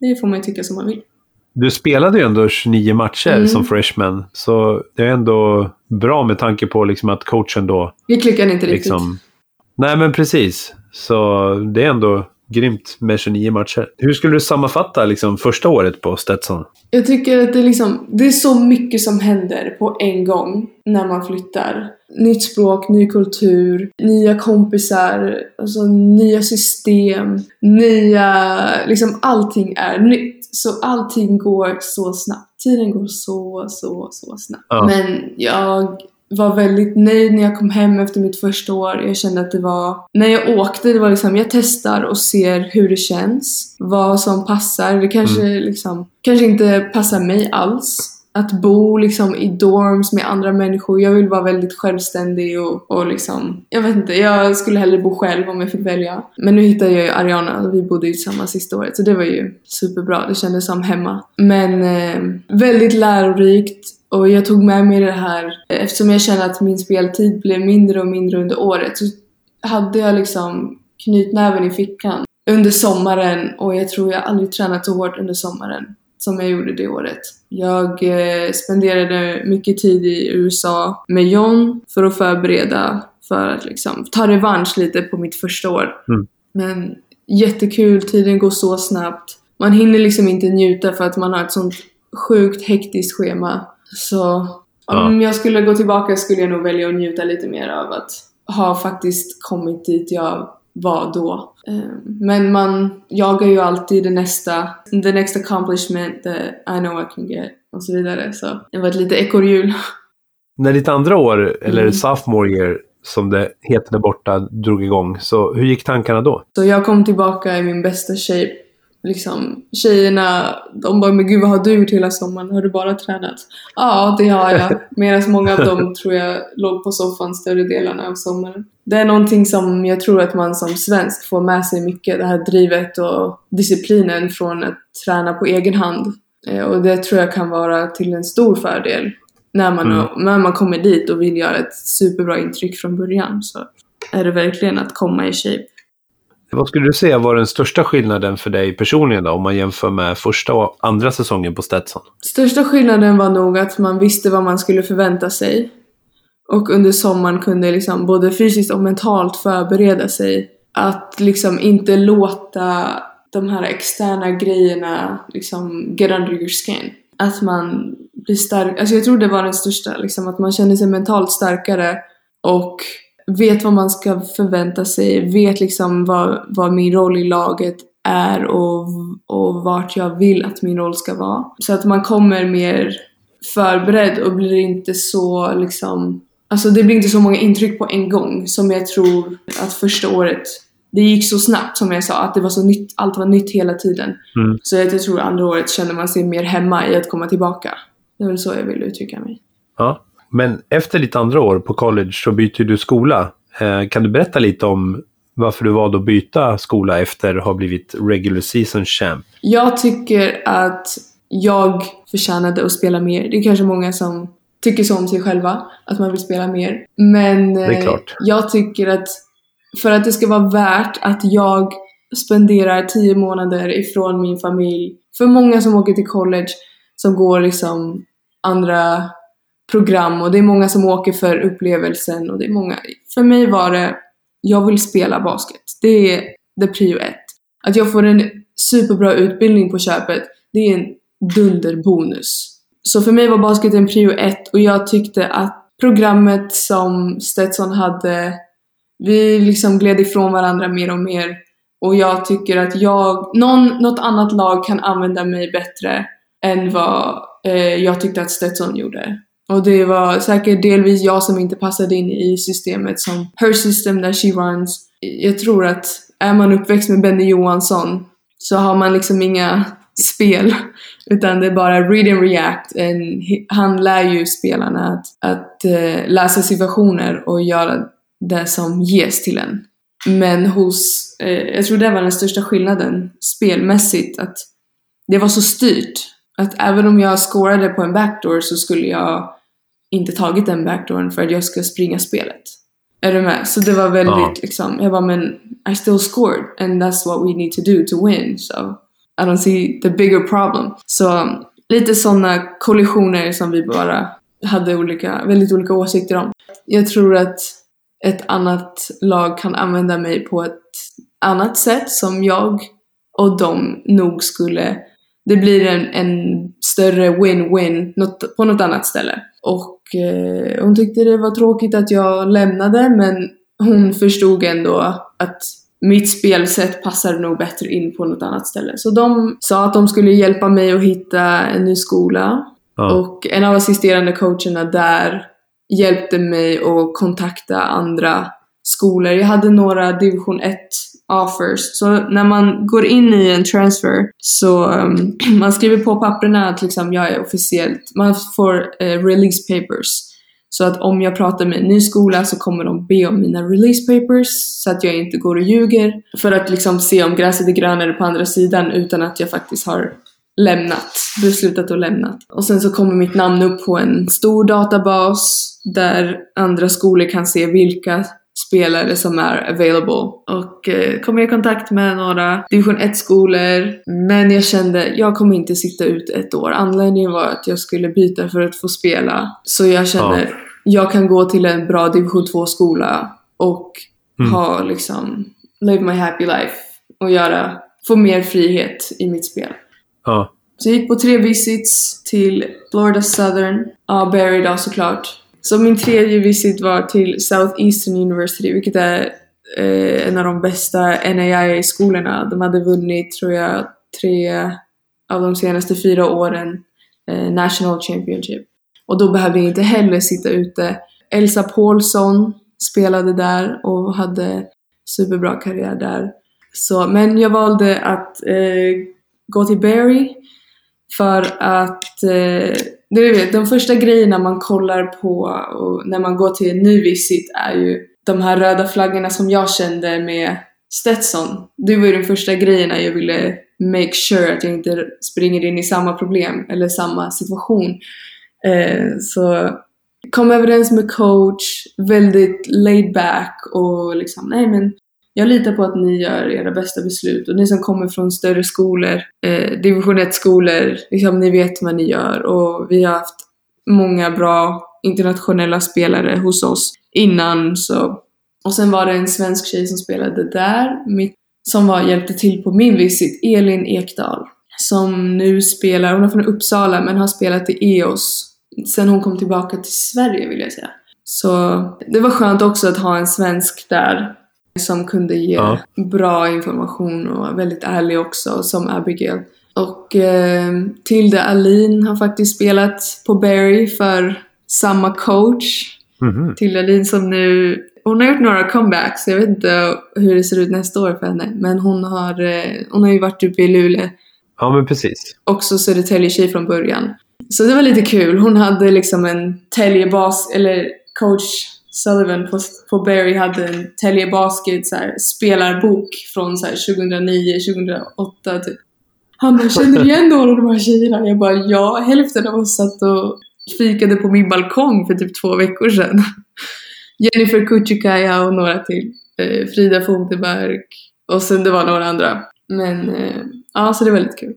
det får man ju tycka som man vill. Du spelade ju ändå 29 matcher som freshman. Så det är ändå bra med tanke på liksom att coachen då... Vi klickade inte riktigt. Nej, men precis. Så det är ändå grymt med 29 matcher. Hur skulle du sammanfatta liksom första året på Stetson? Jag tycker att det är så mycket som händer på en gång när man flyttar. Nytt språk, ny kultur, nya kompisar, alltså nya system, liksom allting är nytt. Så allting går så snabbt. Tiden går så snabbt. Ja. Men jag var väldigt nöjd när jag kom hem efter mitt första år. Jag kände att det var... När jag åkte, det var liksom... Jag testar och ser hur det känns. Vad som passar. Det kanske inte passar mig alls. Att bo liksom i dorms med andra människor. Jag vill vara väldigt självständig och liksom... Jag vet inte, jag skulle hellre bo själv om jag fick välja. Men nu hittade jag ju Ariana och vi bodde ju tillsammans sista året. Så det var ju superbra. Det kändes som hemma. Men väldigt lärorikt. Och jag tog med mig det här, eftersom jag kände att min speltid blev mindre och mindre under året, så hade jag liksom knytnäven i fickan under sommaren. Och jag tror jag aldrig tränat så hårt under sommaren som jag gjorde det året. Jag spenderade mycket tid i USA med John för att förbereda, för att liksom ta revansch lite på mitt första år. Men jättekul, tiden går så snabbt. Man hinner liksom inte njuta för att man har ett sånt sjukt hektiskt schema. Så om jag skulle gå tillbaka skulle jag nog välja att njuta lite mer av att ha faktiskt kommit dit jag var då. Men man jagar ju alltid the next accomplishment that I know I can get och så vidare. Så det var ett lite ekorrhjul. När ditt andra år, eller sophomore year som det heter där borta, drog igång, så hur gick tankarna då? Så jag kom tillbaka i min bästa shape. Liksom, tjejerna, de bara, men gud, vad har du gjort hela sommaren? Har du bara tränat? Ja, det har jag. Medan många av dem tror jag låg på soffan större delarna av sommaren. Det är någonting som jag tror att man som svensk får med sig mycket. Det här drivet och disciplinen från att träna på egen hand. Och det tror jag kan vara till en stor fördel när man kommer dit och vill göra ett superbra intryck från början. Så är det verkligen att komma i shape. Vad skulle du säga var den största skillnaden för dig personligen då, om man jämför med första och andra säsongen på Stetson? Största skillnaden var nog att man visste vad man skulle förvänta sig. Och under sommaren kunde liksom både fysiskt och mentalt förbereda sig. Att liksom inte låta de här externa grejerna liksom get under your skin. Att man blir stark. Alltså jag tror det var den största. Liksom, att man känner sig mentalt starkare och vet vad man ska förvänta sig, vet liksom vad min roll i laget är och vart jag vill att min roll ska vara. Så att man kommer mer förberedd och blir inte så liksom... Alltså det blir inte så många intryck på en gång som jag tror att första året... Det gick så snabbt som jag sa, att det var så nytt, allt var nytt hela tiden. Så jag tror andra året känner man sig mer hemma i att komma tillbaka. Det är väl så jag vill uttrycka mig. Ja. Men efter ditt andra år på college så byter du skola. Kan du berätta lite om varför du valde att byta skola efter att ha blivit regular season champ? Jag tycker att jag förtjänade att spela mer. Det är kanske många som tycker så om sig själva, att man vill spela mer. Men det är klart. Jag tycker att för att det ska vara värt att jag spenderar 10 månader ifrån min familj. För många som åker till college som går liksom andra program och det är många som åker för upplevelsen och det är många. För mig var det, jag vill spela basket. Det är det prio 1. Att jag får en superbra utbildning på köpet, det är en dunderbonus. Så för mig var basket en prio 1 och jag tyckte att programmet som Stetson hade, vi liksom gled ifrån varandra mer och mer och jag tycker att något annat lag kan använda mig bättre än vad jag tyckte att Stetson gjorde. Och det var säkert delvis jag som inte passade in i systemet som her system that she runs. Jag tror att är man uppväxt med Benny Johansson så har man liksom inga spel utan det är bara read and react. Han lär ju spelarna att läsa situationer och göra det som ges till en. Men jag tror det var den största skillnaden spelmässigt, att det var så styrt att även om jag scorade på en backdoor så skulle jag inte tagit den backdooren för att jag ska springa spelet. Är du med? Så det var väldigt liksom, jag bara, men I still scored and that's what we need to do to win. So I don't see the bigger problem. Så lite sådana kollisioner som vi bara hade väldigt olika åsikter om. Jag tror att ett annat lag kan använda mig på ett annat sätt som jag och de nog skulle. Det blir en större win-win på något annat ställe. Och hon tyckte det var tråkigt att jag lämnade, men hon förstod ändå att mitt spelsätt passar nog bättre in på något annat ställe. Så de sa att de skulle hjälpa mig att hitta en ny skola. Ja. Och en av assisterande coacherna där hjälpte mig att kontakta andra skolor. Jag hade några division 1 offers. Så när man går in i en transfer så man skriver på papperna att liksom jag är officiellt. Man får release papers. Så att om jag pratar med en ny skola så kommer de be om mina release papers så att jag inte går och ljuger. För att liksom se om gräset är grönare på andra sidan utan att jag faktiskt har beslutat att lämna. Och sen så kommer mitt namn upp på en stor databas där andra skolor kan se vilka spelare som är available. Och kom i kontakt med några division 1-skolor. Men jag kände, jag kommer inte sitta ut ett år. Anledningen var att jag skulle byta för att få spela. Så jag kände, jag kan gå till en bra division 2-skola och ha liksom, live my happy life. Och få mer frihet i mitt spel. Ja. Så jag gick på 3 visits till Florida Southern. Ja, Barry då såklart. Så min 3:e visit var till Southeastern University, vilket är en av de bästa NAIA-skolorna. De hade vunnit, tror jag, 3 av de senaste 4 åren National Championship. Och då behövde jag inte heller sitta ute. Elsa Paulsson spelade där och hade superbra karriär där. Så, men jag valde att gå till Barry för att de första grejerna man kollar på och när man går till en ny visit är ju de här röda flaggorna som jag kände med Stetson. Det var ju de första grejerna jag ville make sure att jag inte springer in i samma problem eller samma situation. Så kom överens med coach, väldigt laid back och liksom, nej men jag litar på att ni gör era bästa beslut. Och ni som kommer från större skolor, division 1-skolor, liksom, ni vet vad ni gör. Och vi har haft många bra internationella spelare hos oss innan. Så. Och sen var det en svensk tjej som spelade där, som hjälpte till på min visit, Elin Ekdahl. Som nu spelar, hon är från Uppsala men har spelat i EOS. Sen hon kom tillbaka till Sverige vill jag säga. Så det var skönt också att ha en svensk där. Som kunde ge bra information och väldigt ärlig också, som Abigail. Och Tilde Alin har faktiskt spelat på Barry för samma coach. Mm-hmm. Tilde Alin som nu, hon har gjort några comebacks. Jag vet inte hur det ser ut nästa år för henne. Men hon har ju varit uppe i Luleå. Ja, men precis. Också Södertälje tjej från början. Så det var lite kul. Hon hade liksom en eller coach Sullivan på Barry hade en Telge Basket så här, spelarbok från så här, 2009-2008 typ. Han bara, känner igen några av de här tjejerna? Jag bara, ja, hälften av oss satt och fikade på min balkong för typ 2 veckor sedan. Jennifer Kuchikaya och några till. Frida Fogdeberg. Och sen det var några andra. Men ja, så det var väldigt kul.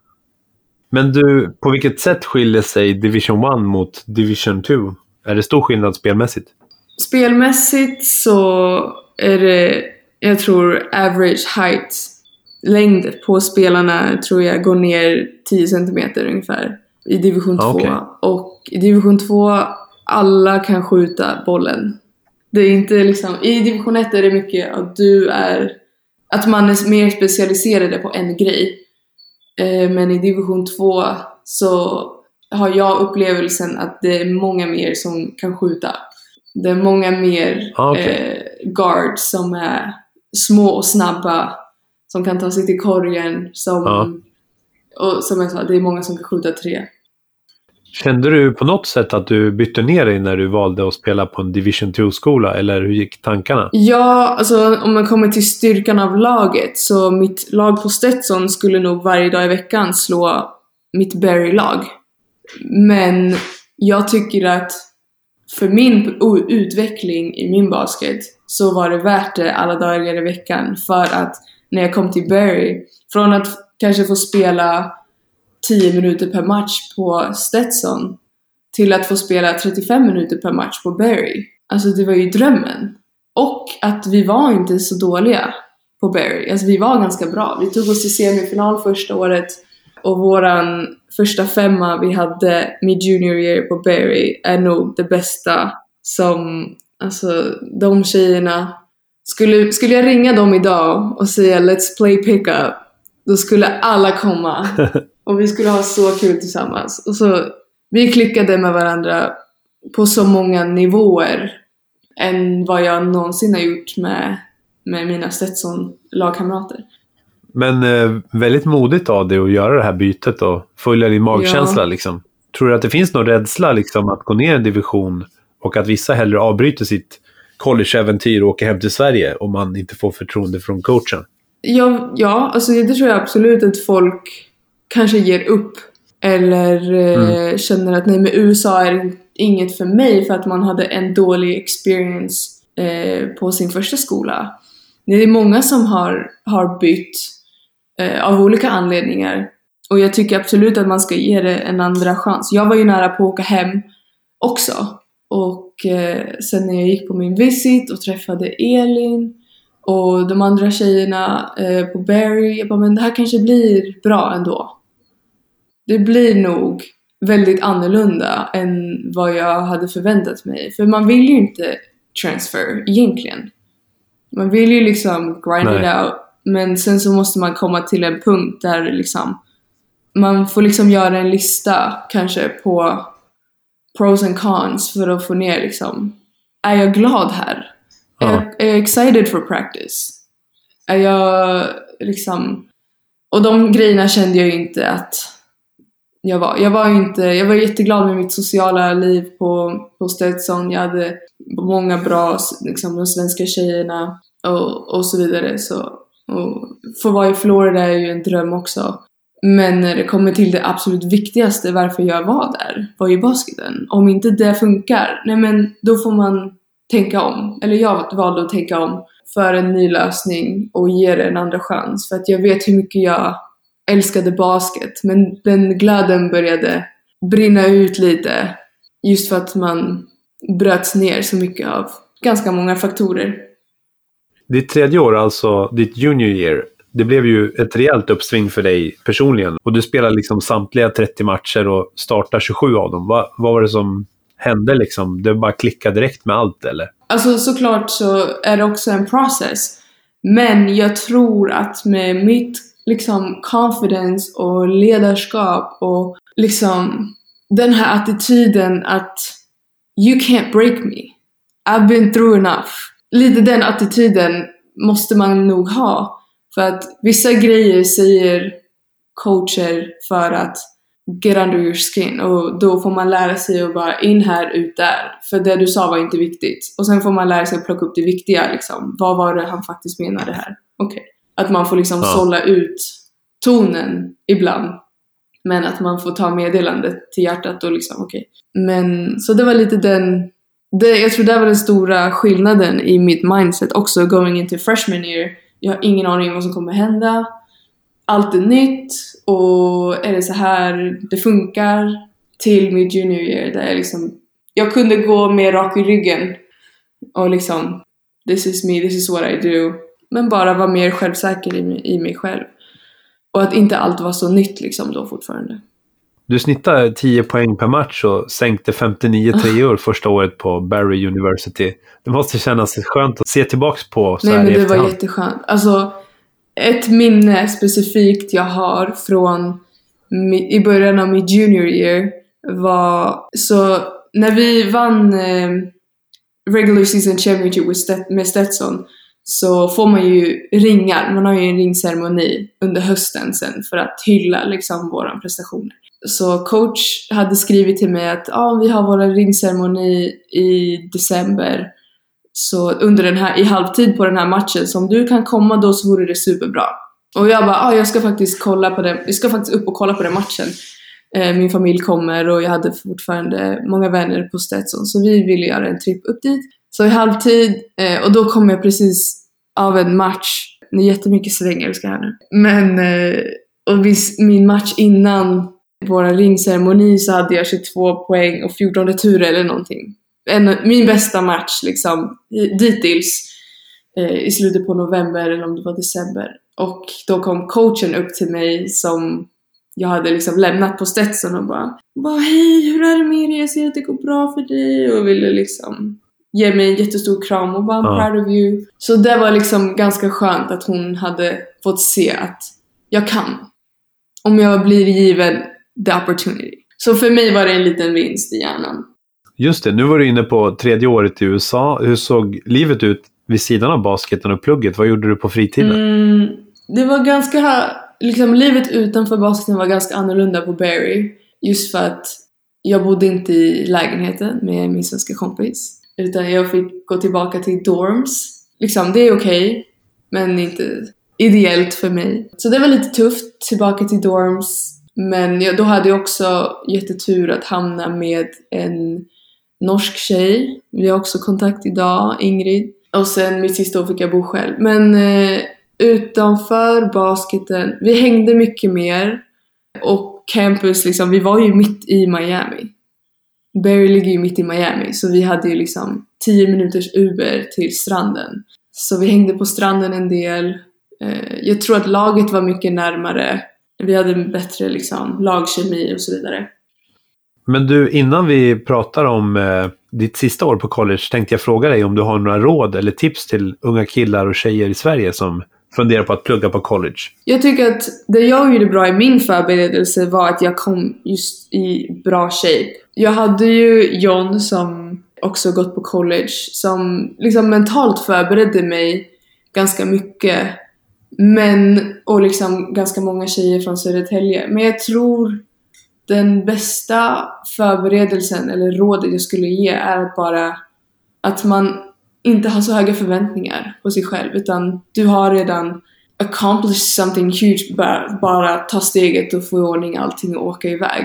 Men du, på vilket sätt skiljer sig Division 1 mot Division 2? Är det stor skillnad spelmässigt? Spelmässigt så är det, jag tror, average height. Längd på spelarna tror jag går ner 10 cm ungefär i division 2. Okay. Och i division 2 alla kan skjuta bollen. Det är inte liksom, i division 1 är det mycket att man är mer specialiserade på en grej. Men i division 2 så har jag upplevelsen att det är många mer som kan skjuta. Det är många mer guards som är små och snabba, som kan ta sig till korgen, och som jag sa, det är många som kan skjuta 3. Kände du på något sätt att du bytte ner dig när du valde att spela på en Division 2-skola, eller hur gick tankarna? Ja, alltså om man kommer till styrkan av laget, så mitt lag på Stetson skulle nog varje dag i veckan slå mitt Barry-lag. Men jag tycker att för min utveckling i min basket så var det värt det alla dagar i veckan, för att när jag kom till Barry, från att kanske få spela 10 minuter per match på Stetson till att få spela 35 minuter per match på Barry. Alltså det var ju drömmen. Och att vi var inte så dåliga på Barry. Alltså vi var ganska bra. Vi tog oss till semifinal första året. Och våran första 5 vi hade med junior year på Barry är nog det bästa som, alltså de tjejerna, skulle jag ringa dem idag och säga let's play pickup, då skulle alla komma och vi skulle ha så kul tillsammans. Och så vi klickade med varandra på så många nivåer än vad jag någonsin har gjort med mina Stetson-lagkamrater. Men väldigt modigt av det att göra det här bytet och följa din magkänsla liksom. Tror du att det finns någon rädsla liksom att gå ner en division och att vissa hellre avbryter sitt college-äventyr och åker hem till Sverige om man inte får förtroende från coachen? Ja, alltså det tror jag absolut att folk kanske ger upp eller känner att nej, men USA är inget för mig för att man hade en dålig experience på sin första skola. Det är många som har bytt av olika anledningar. Och jag tycker absolut att man ska ge det en andra chans. Jag var ju nära på att åka hem också. Och sen när jag gick på min visit och träffade Elin och de andra tjejerna på Barry, jag bara, men det här kanske blir bra ändå. Det blir nog väldigt annorlunda än vad jag hade förväntat mig. För man vill ju inte transfer egentligen. Man vill ju liksom grind it out. Men sen så måste man komma till en punkt där liksom man får liksom göra en lista kanske på pros and cons för att få ner liksom, är jag glad här? Är jag excited for practice? Är jag liksom, och de grejerna kände jag ju inte att jag var. Jag var jätteglad med mitt sociala liv på Stetson. Jag hade många bra liksom, de svenska tjejerna och så vidare. Så, och få vara i Florida är ju en dröm också. Men när det kommer till det absolut viktigaste, varför jag var där, var ju basketen. Om inte det funkar, nej men då får man tänka om. Eller jag valde att tänka om för en ny lösning och ge det en andra chans. För att jag vet hur mycket jag älskade basket. Men den glöden började brinna ut lite. Just för att man bröts ner så mycket av ganska många faktorer. Ditt 3:e år, alltså ditt junior year, det blev ju ett rejält uppsving för dig personligen. Och du spelade liksom samtliga 30 matcher och startade 27 av dem. Vad var det som hände liksom? Det bara klickade direkt med allt, eller? Alltså såklart så är det också en process. Men jag tror att med mitt liksom confidence och ledarskap och liksom den här attityden att you can't break me. I've been through enough. Lite den attityden måste man nog ha. För att vissa grejer säger coacher för att get under your skin. Och då får man lära sig att bara in här, ut där. För det du sa var inte viktigt. Och sen får man lära sig att plocka upp det viktiga. Liksom. Vad var det han faktiskt menade här? Okej. Att man får liksom sålla ut tonen ibland. Men att man får ta meddelandet till hjärtat och liksom okej. Men så det var lite jag tror det var den stora skillnaden i mitt mindset också going into freshman year. Jag har ingen aning om vad som kommer hända. Allt är nytt och är det så här det funkar till mitt junior year där jag kunde gå mer rak i ryggen och liksom this is me, this is what I do, men bara vara mer självsäker i mig själv och att inte allt var så nytt liksom då fortfarande. Du snittade 10 poäng per match och sänkte 59 treor första året på Barry University. Det måste kännas skönt att se tillbaka på så här. Nej, men det var jätteskönt. Alltså, ett minne specifikt jag har från i början av mitt junior year var så när vi vann regular season championship med Stetson så får man ju ringar. Man har ju en ringceremoni under hösten sen för att hylla liksom våra prestationer. Så coach hade skrivit till mig att vi har vår ringceremoni i december. Så under i halvtid på den här matchen, så om du kan komma då så vore det superbra. Och jag bara, jag ska faktiskt kolla på den. Jag ska faktiskt upp och kolla på den matchen. Min familj kommer och jag hade fortfarande många vänner på Stetson. Så vi ville göra en trip upp dit. Så i halvtid, och då kom jag precis av en match. Det är jättemycket svengelska här nu. Men, Och min match innan vår ringceremoni så hade jag 22 poäng och 14 returer eller någonting. Min bästa match liksom dittills i slutet på november eller om det var december. Och då kom coachen upp till mig som jag hade liksom lämnat på Stetson och bara hej, hur är det med dig? Jag ser att det går bra för dig. Och ville liksom ge mig en jättestor kram och bara I'm proud of you. Så det var liksom ganska skönt att hon hade fått se att jag kan. Om jag blir given the opportunity. Så för mig var det en liten vinst i hjärnan. Just det, nu var du inne på 3:e året i USA. Hur såg livet ut vid sidan av basketen och plugget? Vad gjorde du på fritiden? Det var ganska, liksom livet utanför basketen var ganska annorlunda på Barry. Just för att jag bodde inte i lägenheten med min svenska kompis. Utan jag fick gå tillbaka till dorms. Liksom, det är okej, men inte ideellt för mig. Så det var lite tufft, tillbaka till dorms. Men då hade jag också jättetur att hamna med en norsk tjej. Vi har också kontakt idag, Ingrid. Och sen mitt sista år fick jag bo själv. Men utanför basketen, vi hängde mycket mer. Och campus, liksom, vi var ju mitt i Miami. Barry ligger ju mitt i Miami. Så vi hade ju liksom 10 minuters Uber till stranden. Så vi hängde på stranden en del. Jag tror att laget var mycket närmare. Vi hade en bättre liksom, lagkemi och så vidare. Men du, innan vi pratar om ditt sista år på college tänkte jag fråga dig om du har några råd eller tips till unga killar och tjejer i Sverige som funderar på att plugga på college. Jag tycker att det jag gjorde bra i min förberedelse var att jag kom just i bra shape. Jag hade ju John som också gått på college som liksom mentalt förberedde mig ganska mycket. Och liksom ganska många tjejer från Södertälje. Men jag tror den bästa förberedelsen eller rådet jag skulle ge är att bara att man inte har så höga förväntningar på sig själv, utan du har redan accomplished something huge, bara ta steget och få i ordning allting och åka iväg.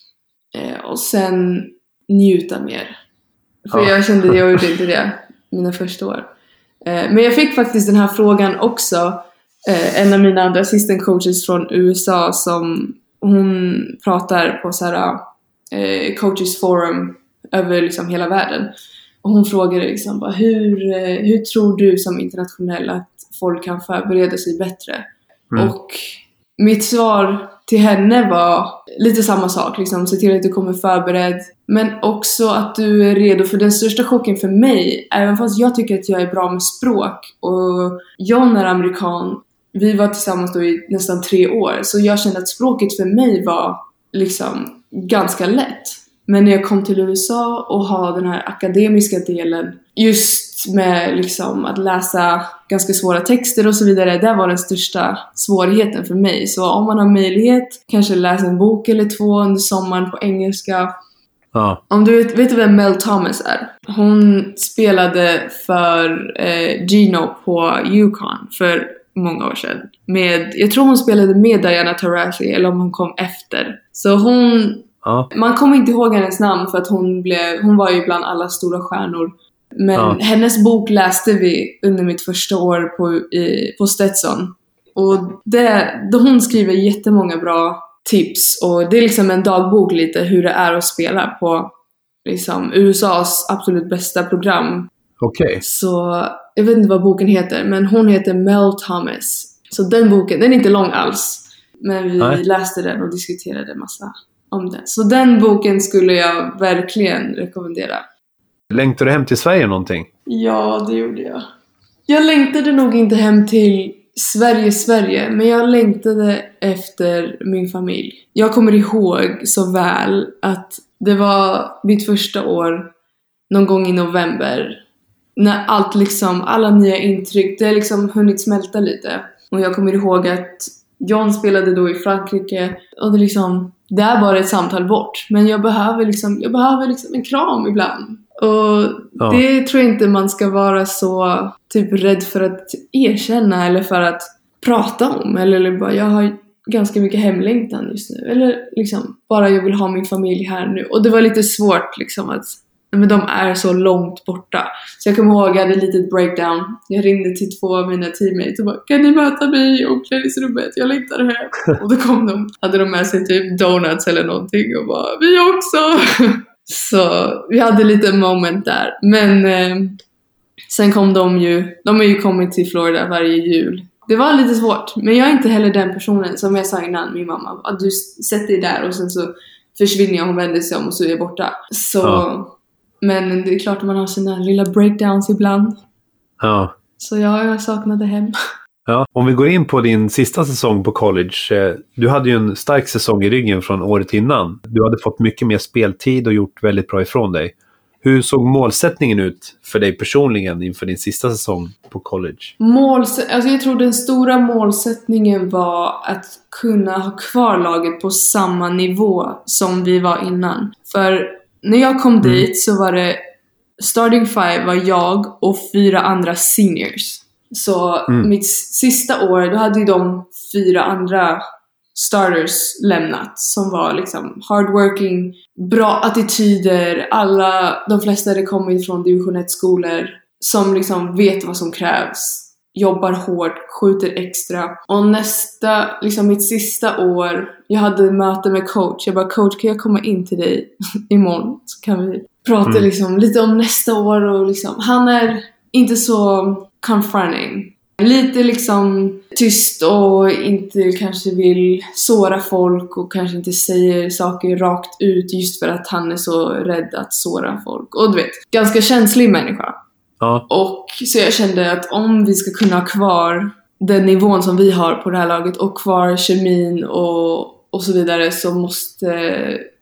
Och sen njuta mer. För jag kände att jag gjorde inte det mina första år. Men jag fick faktiskt den här frågan också. En av mina andra assistant coaches från USA som hon pratar på så här coaches forum över liksom hela världen. Och hon frågade liksom bara, hur tror du som internationell att folk kan förbereda sig bättre? Och mitt svar till henne var lite samma sak. Liksom, se till att du kommer förberedd. Men också att du är redo för den största chocken för mig. Även fast jag tycker att jag är bra med språk. Och John är amerikan. Vi var tillsammans då i nästan 3 år. Så jag kände att språket för mig var liksom ganska lätt. Men när jag kom till USA och ha den här akademiska delen, just med liksom att läsa ganska svåra texter och så vidare, det var den största svårigheten för mig. Så om man har möjlighet, kanske läsa en bok eller 2 under sommaren på engelska. Ja. Om du vet du vem Mel Thomas är? Hon spelade för Gino på UConn för många år sedan. Jag tror hon spelade med Diana Taurasi, eller om hon kom efter. Så man kommer inte ihåg hennes namn för att hon var ju bland alla stora stjärnor. Men hennes bok läste vi under mitt första år på Stetson. Och då hon skriver jättemånga bra tips. Och det är liksom en dagbok lite hur det är att spela på liksom USAs absolut bästa program. Okej. Så jag vet inte vad boken heter, men hon heter Mel Thomas. Så den boken, den är inte lång alls. Men vi läste den och diskuterade massa om den. Så den boken skulle jag verkligen rekommendera. Längtade du hem till Sverige någonting? Ja, det gjorde jag. Jag längtade nog inte hem till Sverige, men jag längtade efter min familj. Jag kommer ihåg så väl att det var mitt första år någon gång i november. När alla nya intryck, det liksom hunnit smälta lite. Och jag kommer ihåg att John spelade då i Frankrike. Och det är bara ett samtal bort. Men jag behöver en kram ibland. Och det tror jag inte man ska vara så typ rädd för att erkänna. Eller för att prata om. Eller bara, jag har ganska mycket hemlängtan just nu. Eller bara jag vill ha min familj här nu. Och det var lite svårt att men de är så långt borta. Så jag kommer ihåg att jag hade ett litet breakdown. Jag ringde till 2 av mina teammates och bara, kan ni möta mig i omklädningsrummet? Jag längtar hem. Och då kom de, hade de med sig typ donuts eller någonting och bara, vi också! Så vi hade lite moment där. Men sen kom de har ju kommit till Florida varje jul. Det var lite svårt, men jag är inte heller den personen som jag sa innan, min mamma, att du sätter dig där och sen så försvinner jag, hon vänder sig om och så är jag borta. Så, men det är klart att man har sina lilla breakdowns ibland. Ja. Så jag saknade hem. Ja, om vi går in på din sista säsong på college. Du hade ju en stark säsong i ryggen från året innan. Du hade fått mycket mer speltid och gjort väldigt bra ifrån dig. Hur såg målsättningen ut för dig personligen inför din sista säsong på college? Alltså jag tror den stora målsättningen var att kunna ha kvar laget på samma nivå som vi var innan. För när jag kom dit så var det starting 5 var jag och 4 andra seniors. Så mitt sista år, då hade ju de 4 andra starters lämnat som var liksom hardworking, bra attityder, de flesta hade kommit från division 1-skolor som liksom vet vad som krävs, jobbar hårt, skjuter extra. Och mitt sista år, jag hade möte med coach. Jag bara, coach, kan jag komma in till dig imorgon så kan vi prata liksom lite om nästa år. Och liksom, han är inte så confronting. Lite liksom tyst och inte kanske vill såra folk och kanske inte säger saker rakt ut just för att han är så rädd att såra folk. Och du vet, ganska känslig människa. Ja. Och så jag kände att om vi ska kunna ha kvar den nivån som vi har på det här laget och kvar kemin och så vidare, så måste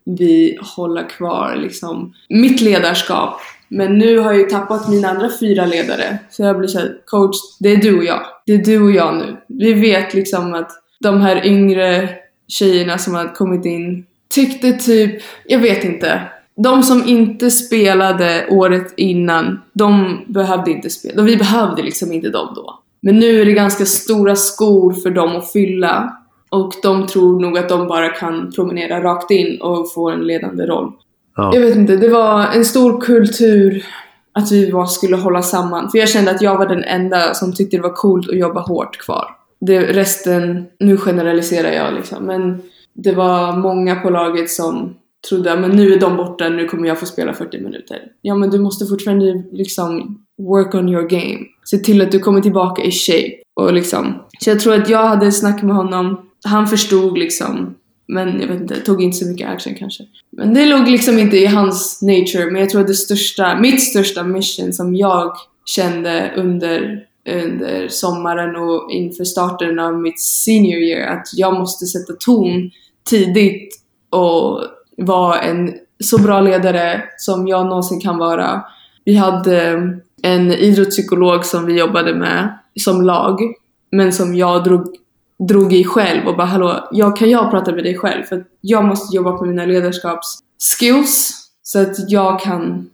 vi hålla kvar liksom mitt ledarskap. Men nu har jag ju tappat mina andra 4 ledare. Så jag blir såhär, coach, det är du och jag. Det är du och jag nu. Vi vet liksom att de här yngre tjejerna som har kommit in tyckte typ, jag vet inte. De som inte spelade året innan, de behövde inte spela. Vi behövde liksom inte dem då. Men nu är det ganska stora skor för dem att fylla. Och de tror nog att de bara kan promenera rakt in och få en ledande roll. Ja. Jag vet inte, det var en stor kultur att vi skulle hålla samman. För jag kände att jag var den enda som tyckte det var coolt att jobba hårt kvar. Resten, nu generaliserar jag liksom. Men det var många på laget som trodde, men nu är de borta, nu kommer jag få spela 40 minuter. Ja, men du måste fortfarande liksom work on your game. Se till att du kommer tillbaka i shape. Och liksom, så jag tror att jag hade snackat med honom. Han förstod liksom, men jag vet inte, tog inte så mycket action kanske. Men det låg liksom inte i hans nature. Men jag tror att mitt största mission som jag kände under sommaren och inför starten av mitt senior year, att jag måste sätta ton tidigt och vara en så bra ledare som jag någonsin kan vara. Vi hade en idrottspsykolog som vi jobbade med som lag, men som jag drog i själv och bara, hallå, kan jag prata med dig själv? För att jag måste jobba på mina ledarskapsskills så att jag kan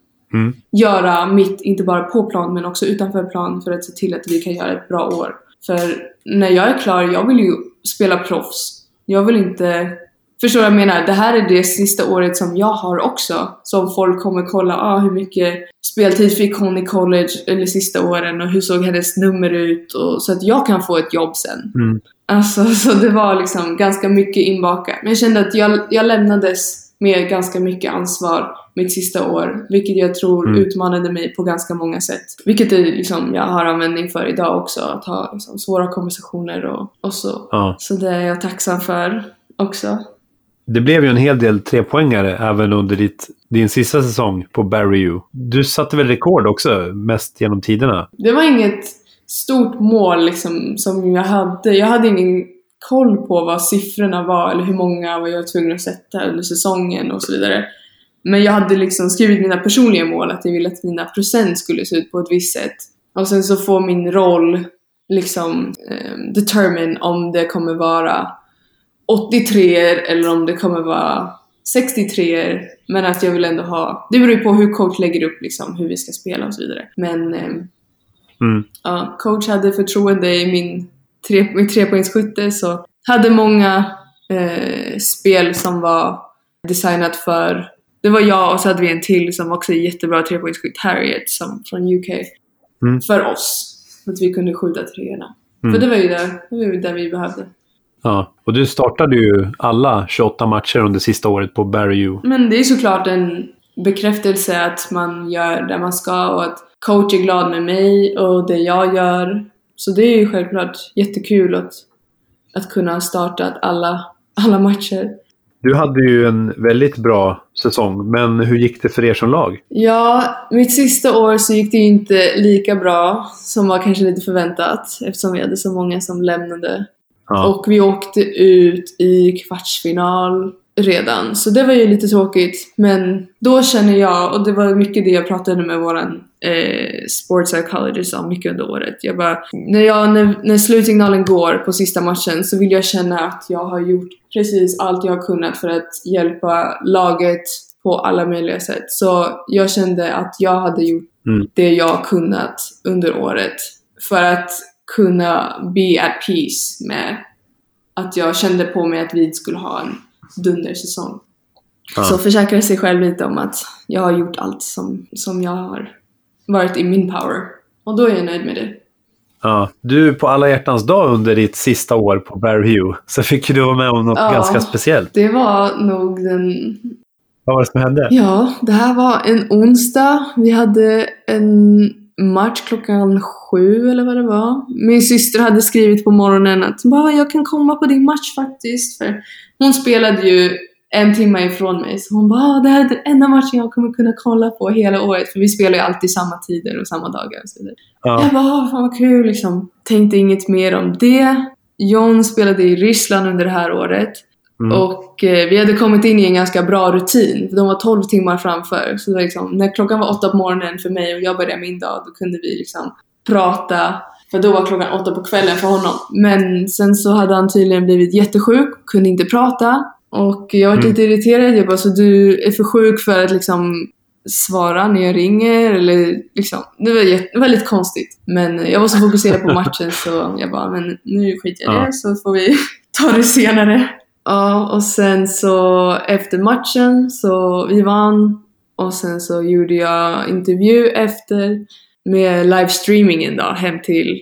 göra mitt, inte bara på plan men också utanför plan, för att se till att vi kan göra ett bra år. För när jag är klar, jag vill ju spela proffs. Jag vill inte, förstår jag menar, det här är det sista året som jag har också, som folk kommer kolla, hur mycket speltid fick hon i college eller sista åren och hur såg hennes nummer ut, och så att jag kan få ett jobb sen. Alltså, så det var liksom ganska mycket inbakat. Men jag kände att jag lämnades med ganska mycket ansvar mitt sista år, vilket jag tror utmanade mig på ganska många sätt. Vilket är liksom, jag har användning för idag också, att ha liksom svåra konversationer och så. Ja. Så det är jag tacksam för också. Det blev ju en hel del 3-poängare även under din sista säsong på Barry U. Du satte väl rekord också, mest genom tiderna? Det var inget stort mål liksom, som jag hade. Jag hade ingen koll på vad siffrorna var eller hur många var jag tvungen att sätta under säsongen och så vidare. Men jag hade liksom skrivit mina personliga mål, att jag ville att mina procent skulle se ut på ett visst sätt. Och sen så får min roll liksom determine om det kommer vara 83 eller om det kommer vara 63, men att jag vill ändå ha, det beror ju på hur coach lägger upp liksom, hur vi ska spela och så vidare. Men ja, coach hade förtroende i min 3-poängsskytte, så hade många spel som var designat för, Det var jag och så hade vi en till som också är jättebra 3-poängsskytt, Harriet som från UK. För oss. Så att vi kunde skjuta 3:orna. För det var ju där vi behövde. Ja, och du startade ju alla 28 matcher under sista året på Barry U. Men det är såklart en bekräftelse att man gör det man ska och att coach är glad med mig och det jag gör. Så det är ju självklart jättekul att kunna starta alla matcher. Du hade ju en väldigt bra säsong, men hur gick det för er som lag? Ja, mitt sista år så gick det ju inte lika bra som var kanske lite förväntat eftersom vi hade så många som lämnade. Ja. Och vi åkte ut i kvartsfinal redan. Så det var ju lite tråkigt. Men då känner jag, och det var mycket det jag pratade med våran sports psychologist om mycket under året. Jag bara, när slutsignalen går på sista matchen så vill jag känna att jag har gjort precis allt jag har kunnat för att hjälpa laget på alla möjliga sätt. Så jag kände att jag hade gjort det jag kunnat under året för att kunna be at peace med att jag kände på mig att vi skulle ha en dundersäsong. Så försäkra sig själv lite om att jag har gjort allt som jag har varit i min power. Och då är jag nöjd med det. Ja, du på alla hjärtans dag under ditt sista år på Barry U så fick du vara med om något ganska speciellt. Det var nog Vad var det som hände? Ja, det här var en onsdag. Vi hade en match 7:00 eller vad det var. Min syster hade skrivit på morgonen att jag kan komma på din match faktiskt. För hon spelade ju 1 timme ifrån mig. Så hon bara, det här är den enda matchen jag kommer kunna kolla på hela året. För vi spelar ju alltid samma tider och samma dagar. Och så vidare. Jag bara, fan vad kul liksom. Tänkte inget mer om det. John spelade i Ryssland under det här året. Och vi hade kommit in i en ganska bra rutin. För de var 12 timmar framför. Så det var liksom, när klockan var 8 på morgonen för mig och jag började min dag, då kunde vi liksom prata. För då var klockan 8 på kvällen för honom. Men sen så hade han tydligen blivit jättesjuk. Kunde inte prata. Och jag var lite irriterad. Jag bara, så du är för sjuk för att liksom svara när jag ringer? Eller liksom, det var lite konstigt. Men jag var så fokuserad på matchen så jag bara, men nu skiter jag det. Så får vi ta det senare. Ja, och sen så efter matchen så vi vann. Och sen så gjorde jag intervju efter med livestreamingen då hem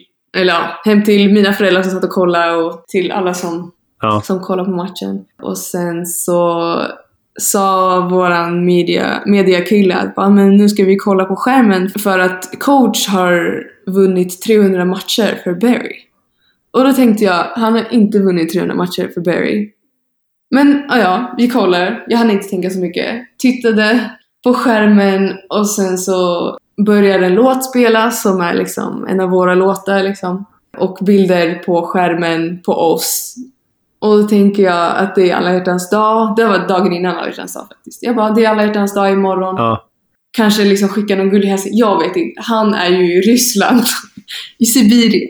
till mina föräldrar som satt och kollade och till alla som kollar på matchen. Och sen så sa våran mediakille att men nu ska vi kolla på skärmen för att coach har vunnit 300 matcher för Barry. Och då tänkte jag, han har inte vunnit 300 matcher för Barry. Men vi kollar. Jag hann inte tänka så mycket. Tittade på skärmen och sen så började en låt spelas som är liksom en av våra låtar liksom. Och bilder på skärmen på oss. Och då tänker jag att det är alla hjärtans dag. Det var dagen innan alla hjärtans dag faktiskt. Jag bara, det är alla hjärtans dag imorgon. Kanske liksom skicka någon gullig hälsning. Jag vet inte. Han är ju i Ryssland. I Sibirien.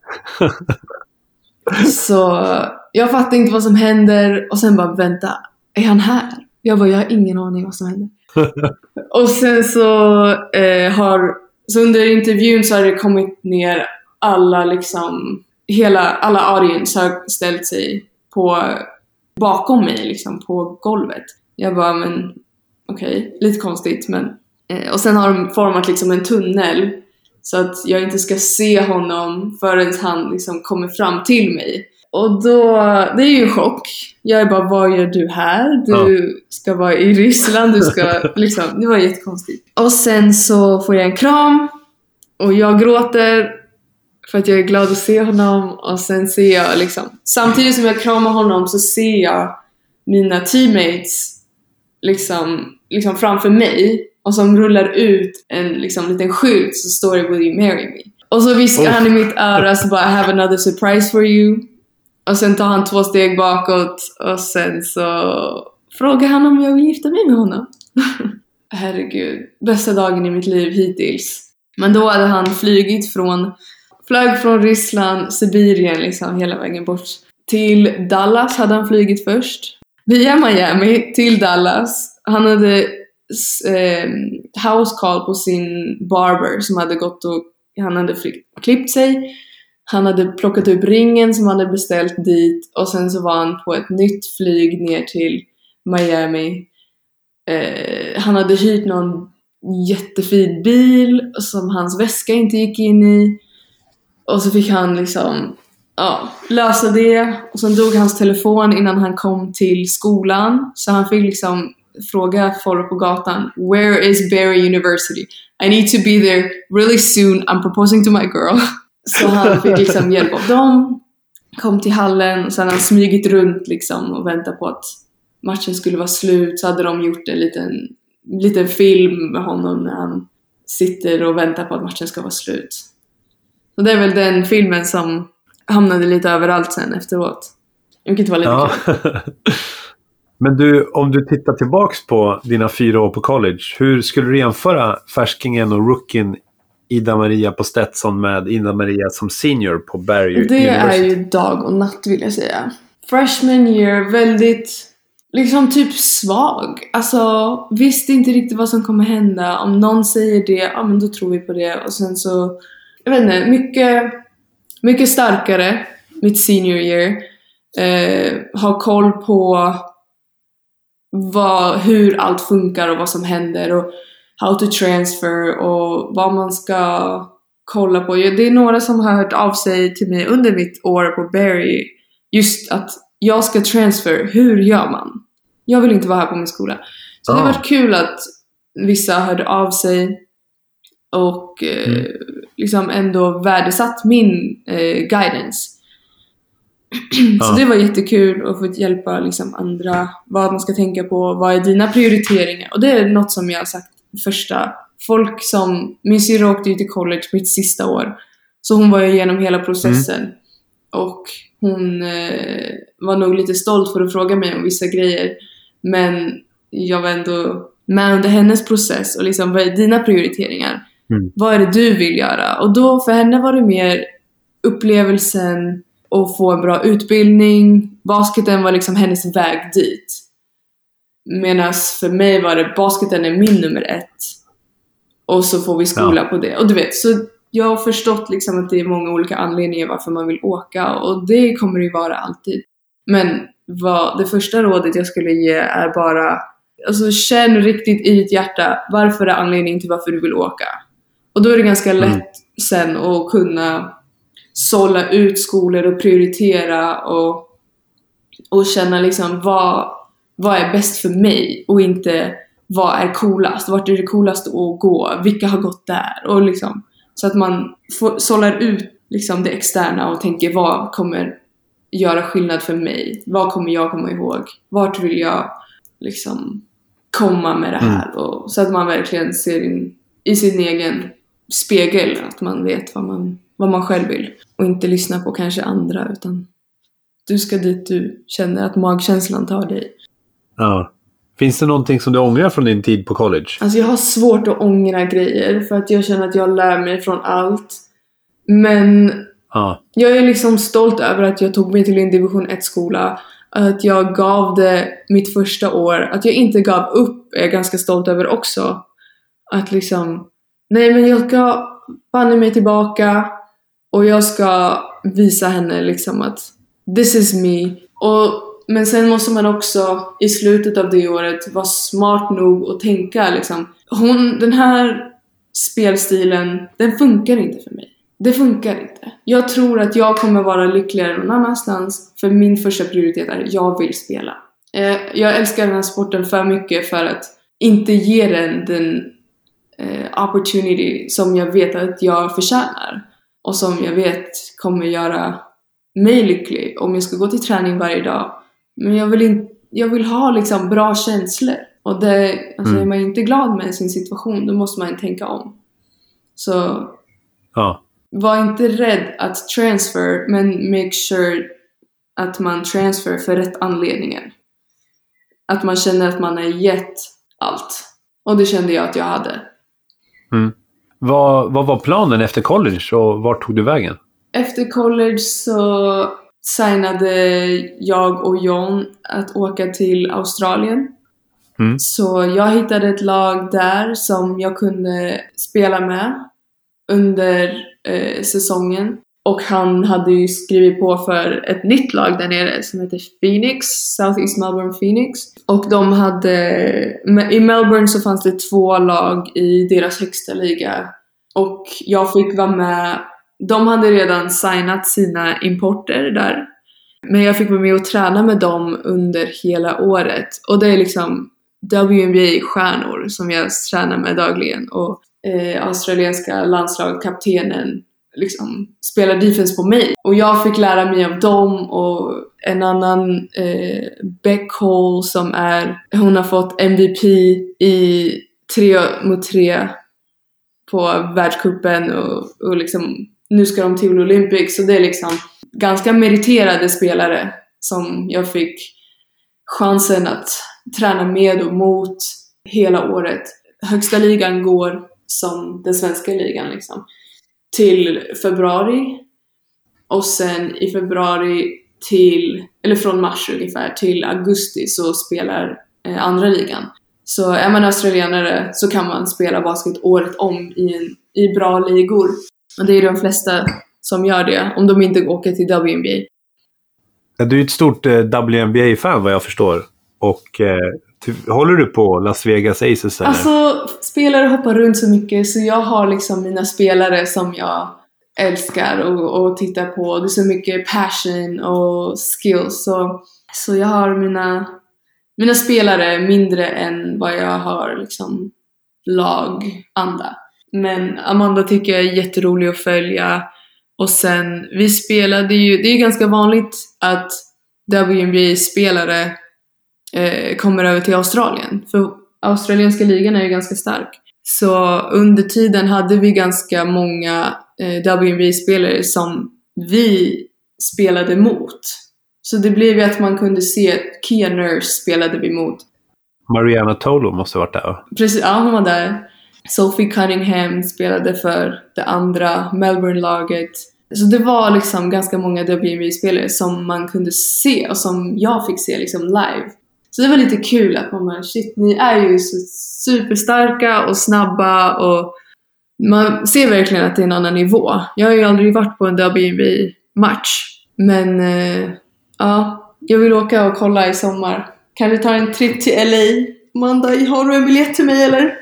Så jag fattar inte vad som händer. Och sen bara, vänta. Är han här? Jag har ingen aning vad som händer. Och sen så så under intervjun så har det kommit ner alla liksom alla audience har ställt sig bakom mig liksom på golvet. Jag bara, men okej, lite konstigt men och sen har de format liksom en tunnel så att jag inte ska se honom förrän han liksom kommer fram till mig. Och då, det är ju en chock. Jag är bara, vad gör du här? Du ska vara i Ryssland, du ska liksom, det var jättekonstigt. Och sen så får jag en kram och jag gråter för att jag är glad att se honom. Och sen ser jag liksom, samtidigt som jag kramar honom så ser jag mina teammates liksom framför mig. Och som rullar ut en liksom liten skylt så står det, will you marry me? Och så viskar han i mitt öra så bara, I have another surprise for you. Och sen tar han 2 steg bakåt. Och sen så frågar han om jag vill gifta mig med honom. Herregud, bästa dagen i mitt liv hittills. Men då hade han flög från Ryssland, Sibirien liksom hela vägen bort. Till Dallas hade han flygit först. Via Miami till Dallas. Han hade house call på sin barber som hade gått och han hade klippt sig. Han hade plockat upp ringen som han hade beställt dit. Och sen så var han på ett nytt flyg ner till Miami. Han hade hyrt någon jättefin bil som hans väska inte gick in i. Och så fick han liksom lösa det. Och sen dog hans telefon innan han kom till skolan. Så han fick liksom fråga folk på gatan: "Where is Barry University? I need to be there really soon. I'm proposing to my girl." Så han fick liksom hjälp av dem. Kom till hallen och sen han smygit runt liksom och väntat på att matchen skulle vara slut. Så hade de gjort en liten film med honom när han sitter och väntar på att matchen ska vara slut. Och det är väl den filmen som hamnade lite överallt sen efteråt. Vilket var lite kul. Men du, om du tittar tillbaks på dina 4 år på college, hur skulle du jämföra färskingen och rookien Ida Maria på Stetson med Ida Maria som senior på Barry University? Det är ju dag och natt, vill jag säga. Freshman year, väldigt liksom typ svag. Alltså, visste inte riktigt vad som kommer hända. Om någon säger det, ja men då tror vi på det. Och sen så, jag vet inte, mycket starkare mitt senior year. Ha koll på hur allt funkar och vad som händer och how to transfer och vad man ska kolla på. Det är några som har hört av sig till mig under mitt år på Barry, just att jag ska transfer, hur gör man? Jag vill inte vara här på min skola. Så det har varit kul att vissa hörde av sig och liksom ändå värdesatt min guidance. Så det var jättekul att få hjälpa liksom andra, vad man ska tänka på, vad är dina prioriteringar. Och det är något som jag har sagt första. Folk som, min syrra åkte ju till college mitt sista år, så hon var ju igenom hela processen. Och hon var nog lite stolt för att fråga mig om vissa grejer. Men jag var ändå med under hennes process och liksom, vad är dina prioriteringar? Vad är det du vill göra? Och då för henne var det mer upplevelsen och få en bra utbildning. Basketen var liksom hennes väg dit. Medan för mig var det, basketen är min nummer 1. Och så får vi skola på det. Och du vet, så jag har förstått liksom att det är många olika anledningar varför man vill åka. Och det kommer det ju vara alltid. Men det första rådet jag skulle ge är bara, alltså känn riktigt i ditt hjärta varför är anledningen till varför du vill åka. Och då är det ganska lätt sen att kunna sålla ut skolor och prioritera och känna liksom vad är bäst för mig och inte vad är coolast, vart är det coolast att gå, vilka har gått där och liksom, så att man sållar ut liksom det externa och tänker vad kommer göra skillnad för mig, vad kommer jag komma ihåg, vart vill jag liksom komma med det här och så att man verkligen ser i sin egen spegel att man vet vad man själv vill och inte lyssna på kanske andra, utan du ska dit du känner att magkänslan tar dig. Ja. Finns det någonting som du ångrar från din tid på college? Alltså jag har svårt att ångra grejer för att jag känner att jag lär mig från allt. Men jag är liksom stolt över att jag tog mig till en division 1-skola. Att jag gav det mitt första år. Att jag inte gav upp är jag ganska stolt över också. Att liksom, nej men jag ska banna mig tillbaka. Och jag ska visa henne liksom att this is me. Men sen måste man också i slutet av det året vara smart nog och tänka liksom, den här spelstilen, den funkar inte för mig. Det funkar inte. Jag tror att jag kommer vara lyckligare någon annanstans, för min första prioritet är jag vill spela. Jag älskar den här sporten för mycket för att inte ge den opportunity som jag vet att jag förtjänar. Och som jag vet kommer göra mig lycklig om jag ska gå till träning varje dag. Men jag vill ha liksom bra känslor. Och det, alltså är man inte glad med sin situation, då måste man tänka om. Så var inte rädd att transfer, men make sure att man transfer för rätt anledningar. Att man känner att man har gett allt. Och det kände jag att jag hade. Vad var planen efter college och vart tog du vägen? Efter college så signade jag och John att åka till Australien. Så jag hittade ett lag där som jag kunde spela med under säsongen. Och han hade ju skrivit på för ett nytt lag där nere som heter Phoenix, Southeast Melbourne Phoenix. Och i Melbourne så fanns det 2 lag i deras högsta liga. Och jag fick vara med. De hade redan signat sina importer där. Men jag fick vara med och träna med dem under hela året. Och det är liksom WNBA-stjärnor som jag tränar med dagligen. Och australienska landslagskaptenen liksom spelar defense på mig. Och jag fick lära mig av dem. Och en annan Beck Cole hon har fått MVP i 3-mot-3 på världscupen. Och liksom, nu ska de till Olympics. Så det är liksom ganska meriterade spelare som jag fick chansen att träna med och mot hela året. Högsta ligan går som den svenska ligan liksom, till februari. Och sen i februari från mars ungefär till augusti så spelar andra ligan. Så är man australienare så kan man spela basket året om i bra ligor. Och det är de flesta som gör det om de inte åker till WNBA. Du är ett stort WNBA-fan vad jag förstår. Och håller du på Las Vegas Aces eller? Alltså, spelare hoppar runt så mycket så jag har liksom mina spelare som jag älskar och tittar på. Det är så mycket passion och skills. Så jag har mina spelare mindre än vad jag har liksom laganda. Men Amanda tycker jag är jätterolig att följa. Och sen, vi spelade ju... Det är ganska vanligt att WNBA-spelare kommer över till Australien. För australienska ligan är ju ganska stark. Så under tiden hade vi ganska många WNBA-spelare som vi spelade mot. Så det blev ju att man kunde se att Kia Nurse spelade vi mot. Mariana Tolo måste ha varit där. Precis, ja, hon var där. Sophie Cunningham spelade för det andra Melbourne-laget. Så det var liksom ganska många WNBA-spelare som man kunde se och som jag fick se liksom live. Så det var lite kul att man bara, shit, ni är ju så superstarka och snabba och man ser verkligen att det är en annan nivå. Jag har ju aldrig varit på en WNBA-match. Men ja, jag vill åka och kolla i sommar. Kan vi ta en trip till LA? Amanda, har du en biljett till mig eller?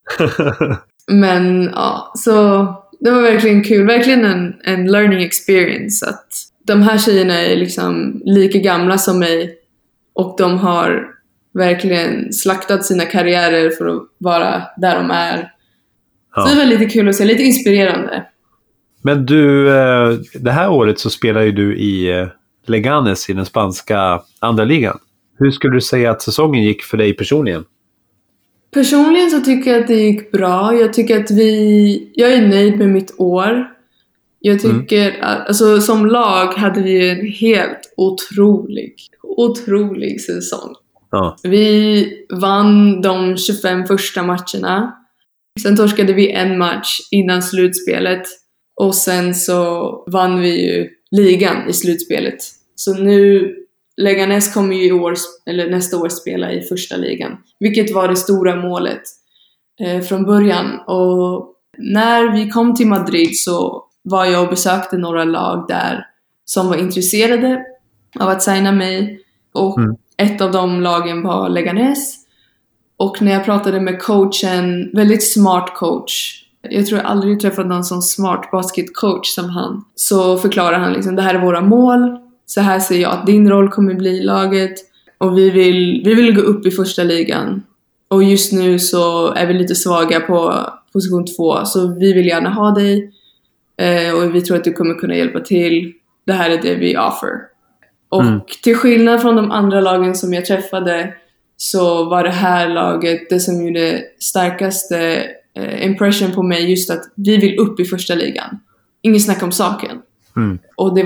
Men ja, så det var verkligen kul. Verkligen en learning experience. Att de här tjejerna är liksom lika gamla som mig. Och de har verkligen slaktat sina karriärer för att vara där de är. Ja. Så det var lite kul att se, lite inspirerande. Men du, det här året så spelar ju du i Leganes i den spanska andra ligan. Hur skulle du säga att säsongen gick för dig personligen? Personligen så tycker jag att det gick bra. Jag tycker att jag är nöjd med mitt år. Jag tycker att, alltså, som lag hade vi en helt otrolig säsong. Ja. Vi vann de 25 första matcherna. Sen torskade vi en match innan slutspelet. Och sen så vann vi ju ligan i slutspelet. Så nu, Leganes kommer ju nästa år spela i första ligan. Vilket var det stora målet från början. Och när vi kom till Madrid så var jag och besökte några lag där som var intresserade av att signa mig. Och ett av de lagen var Leganes. Och när jag pratade med coachen, väldigt smart coach. Jag tror jag aldrig träffat någon sån smart basketcoach som han. Så förklarar han liksom, det här är våra mål. Så här ser jag att din roll kommer bli i laget. Och vi vill gå upp i första ligan. Och just nu så är vi lite svaga på position 2. Så vi vill gärna ha dig. Och vi tror att du kommer kunna hjälpa till. Det här är det vi offer. Och till skillnad från de andra lagen som jag träffade så var det här laget det som gjorde starkaste impression på mig, just att vi vill upp i första ligan. Ingen snack om saken. Och det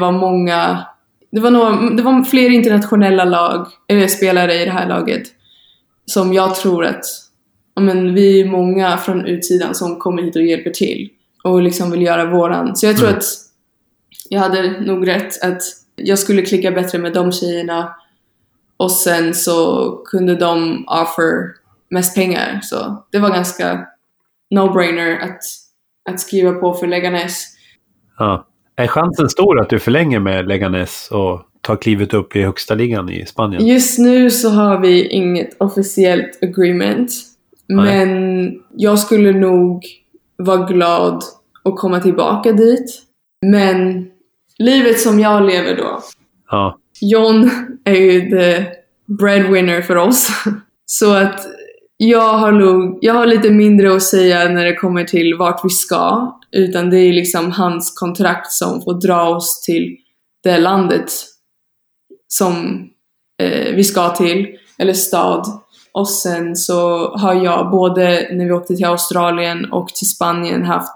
var fler internationella spelare i det här laget som jag tror att vi är många från utsidan som kommer hit och hjälper till och liksom vill göra våran. Så jag tror att jag hade nog rätt att jag skulle klicka bättre med de tjejerna. Och sen så kunde de offer mest pengar. Så det var ganska no-brainer att skriva på för Leganes. Ja. Är chansen stor att du förlänger med Leganés och tar klivet upp i högsta ligan i Spanien? Just nu så har vi inget officiellt agreement. Nej. Men jag skulle nog vara glad att komma tillbaka dit. Men livet som jag lever då. Ja. John är ju the breadwinner för oss. Så att jag har lite mindre att säga när det kommer till vart vi ska. Utan det är liksom hans kontrakt som får dra oss till det landet som vi ska till. Eller stad. Och sen så har jag både när vi åkte till Australien och till Spanien haft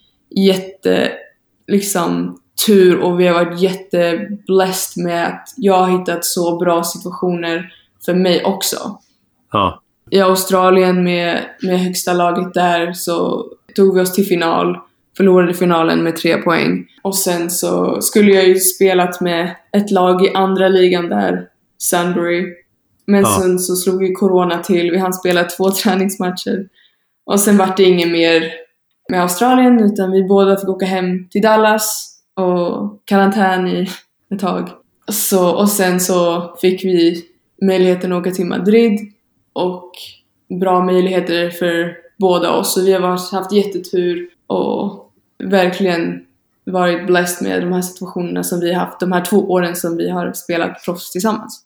tur och vi har varit jätteblessed med att jag har hittat så bra situationer för mig också. Ja. I Australien med högsta laget där så tog vi oss till final, förlorade finalen med 3 poäng. Och sen så skulle jag ju spelat med ett lag i andra ligan där, Sunbury. Men sen så slog ju corona till. Vi hann spela 2 träningsmatcher. Och sen var det ingen mer med Australien. Utan vi båda fick åka hem till Dallas. Och karantän i ett tag. Och sen så fick vi möjligheten att åka till Madrid. Och bra möjligheter för båda oss. Så vi har haft jättetur. Och verkligen varit blessed med de här situationerna som vi har haft. De här 2 åren som vi har spelat proffs tillsammans.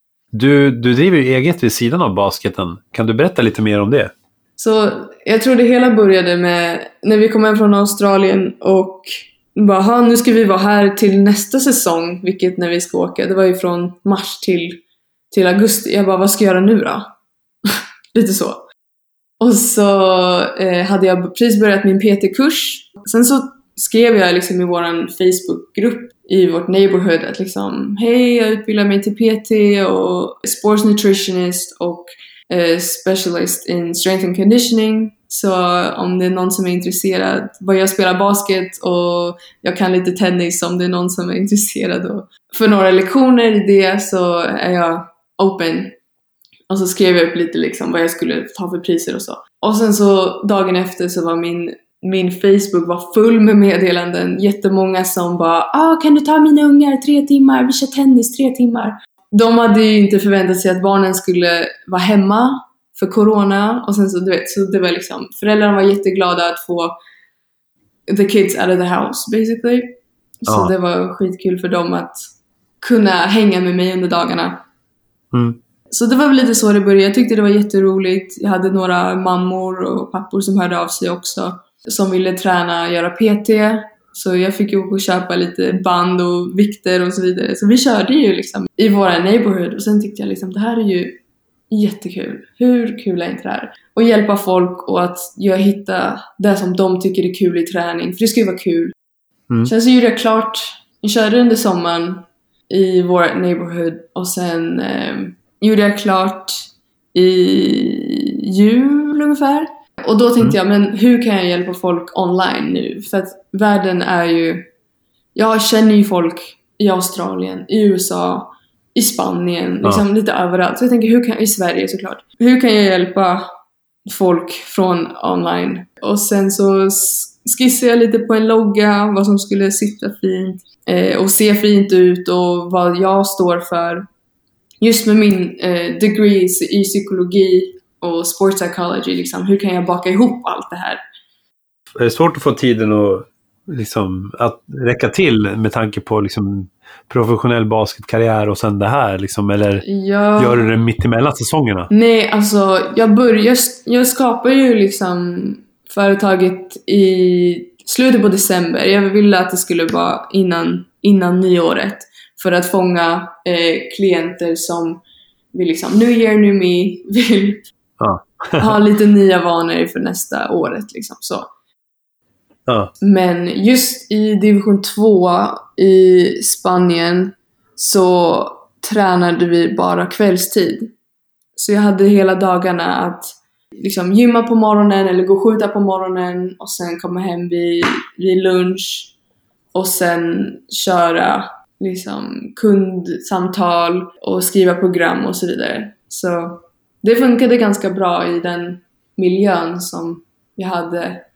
Du driver ju eget vid sidan av basketen. Kan du berätta lite mer om det? Så jag tror det hela började med när vi kom hem från Australien och bara, nu ska vi vara här till nästa säsong, vilket när vi ska åka. Det var ju från mars till augusti. Jag bara, vad ska jag göra nu då? Lite så. Och så hade jag precis börjat min PT-kurs. Sen så skrev jag liksom i våran Facebook-grupp i vårt neighborhood att liksom, hej, jag utbildar mig till PT och sports nutritionist och specialist in strength and conditioning. Så om det är någon som är intresserad, jag spelar basket och jag kan lite tennis, om det är någon som är intresserad och för några lektioner i det så är jag open. Och så skrev jag upp lite liksom vad jag skulle ta för priser och så. Och sen så dagen efter så var min Facebook var full med meddelanden. Jättemånga som bara, kan du ta mina ungar 3 timmar? Vi kör tennis 3 timmar. De hade ju inte förväntat sig att barnen skulle vara hemma för corona. Och sen så, du vet, så det var liksom, föräldrarna var jätteglada att få the kids out of the house, basically. Så det var skitkul för dem att kunna hänga med mig under dagarna. Mm. Så det var väl lite så det började. Jag tyckte det var jätteroligt. Jag hade några mammor och pappor som hörde av sig också. Som ville träna, göra PT. Så jag fick ju åka och köpa lite band och vikter och så vidare. Så vi körde ju liksom i våra neighborhood. Och sen tyckte jag liksom, det här är ju jättekul. Hur kul är inte det här? Och hjälpa folk och att jag hittar det som de tycker är kul i träning. För det ska ju vara kul. Mm. Sen så gjorde jag klart. Jag körde under sommaren i vårt neighborhood. Och sen gjorde jag klart i jul ungefär. Och då tänkte jag, men hur kan jag hjälpa folk online nu? För att världen är ju... Jag känner ju folk i Australien, i USA, i Spanien, liksom lite överallt. Så jag tänker, i Sverige såklart. Hur kan jag hjälpa folk från online? Och sen så skissade jag lite på en logga, vad som skulle sitta fint och se fint ut och vad jag står för. Just med min degree i psykologi och sports psychology, liksom, hur kan jag baka ihop allt det här? Är det svårt att få tiden att räcka till med tanke på liksom, professionell basketkarriär och sen det här? Liksom, eller gör du det mitt emellan säsongerna? Nej, alltså jag skapar ju liksom företaget i slutet på december. Jag ville att det skulle vara innan nyåret. För att fånga klienter som vill liksom, new year, new me, vill ha lite nya vanor för nästa året. Liksom, så. Men just i division 2 i Spanien så tränade vi bara kvällstid. Så jag hade hela dagarna att liksom gymma på morgonen eller gå och skjuta på morgonen och sen komma hem vid lunch och sen köra liksom kundsamtal och skriva program och så vidare. Så det funkade ganska bra i den miljön som jag hade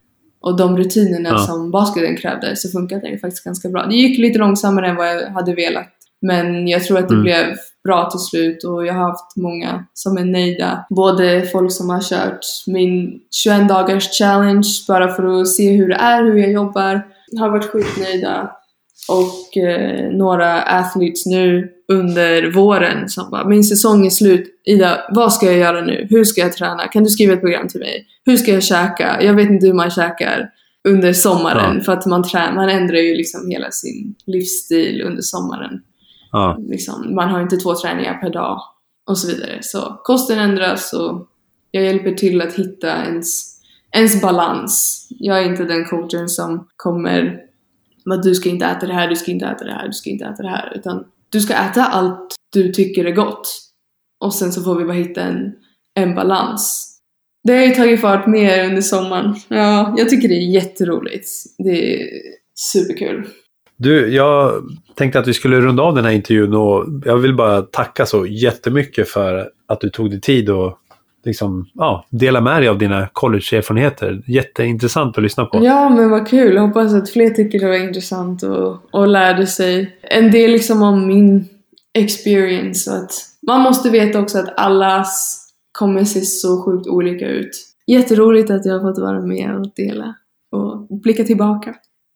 och de rutinerna som basketen krävde, så funkade det faktiskt ganska bra. Det gick lite långsammare än vad jag hade velat, men jag tror att det blev bra till slut, och jag har haft många som är nöjda. Både folk som har kört min 21 dagars challenge bara för att se hur det är, hur jag jobbar, har varit skitnöjda. Och några athletes nu under våren som bara, min säsong är slut, Ida, vad ska jag göra nu? Hur ska jag träna? Kan du skriva ett program till mig? Hur ska jag käka? Jag vet inte hur man käkar under sommaren, för att man ändrar ju liksom hela sin livsstil under sommaren. Liksom, man har inte 2 träningar per dag och så vidare. Så kosten ändras, och jag hjälper till att hitta ens balans. Jag är inte den coachen som kommer, men du ska inte äta det här, du ska inte äta det här, du ska inte äta det här, utan du ska äta allt du tycker är gott. Och sen så får vi bara hitta en balans. Det har ju tagit fart mer under sommaren. Ja, jag tycker det är jätteroligt. Det är superkul. Du, jag tänkte att vi skulle runda av den här intervjun, och jag vill bara tacka så jättemycket för att du tog dig tid och liksom, dela med dig av dina college-erfarenheter. Jätteintressant att lyssna på. Ja, men vad kul. Jag hoppas att fler tycker det var intressant och lärde sig en del liksom om min experience. Och att man måste veta också att allas kommer se så sjukt olika ut. Jätteroligt att jag har fått vara med och dela och blicka tillbaka.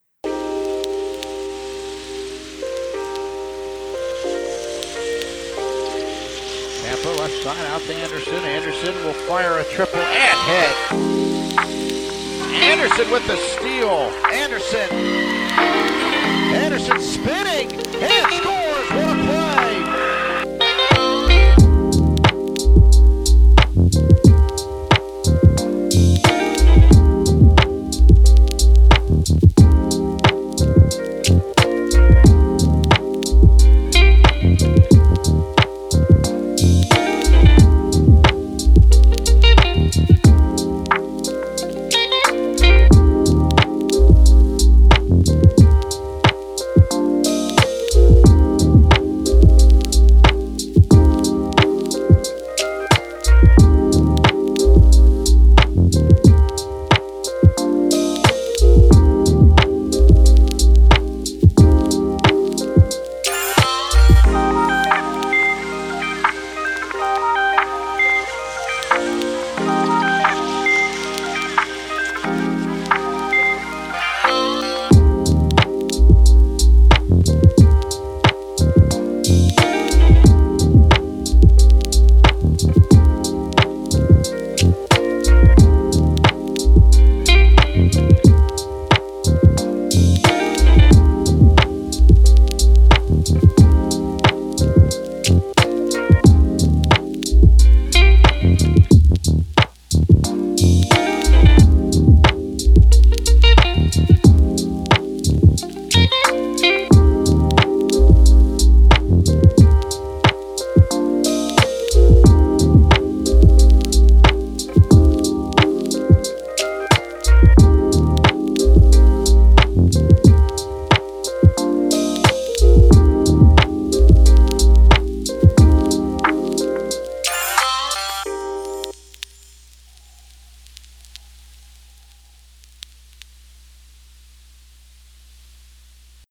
Left side out to Anderson. Anderson will fire a triple and hit. Anderson with the steal. Anderson spinning and scores. What a play.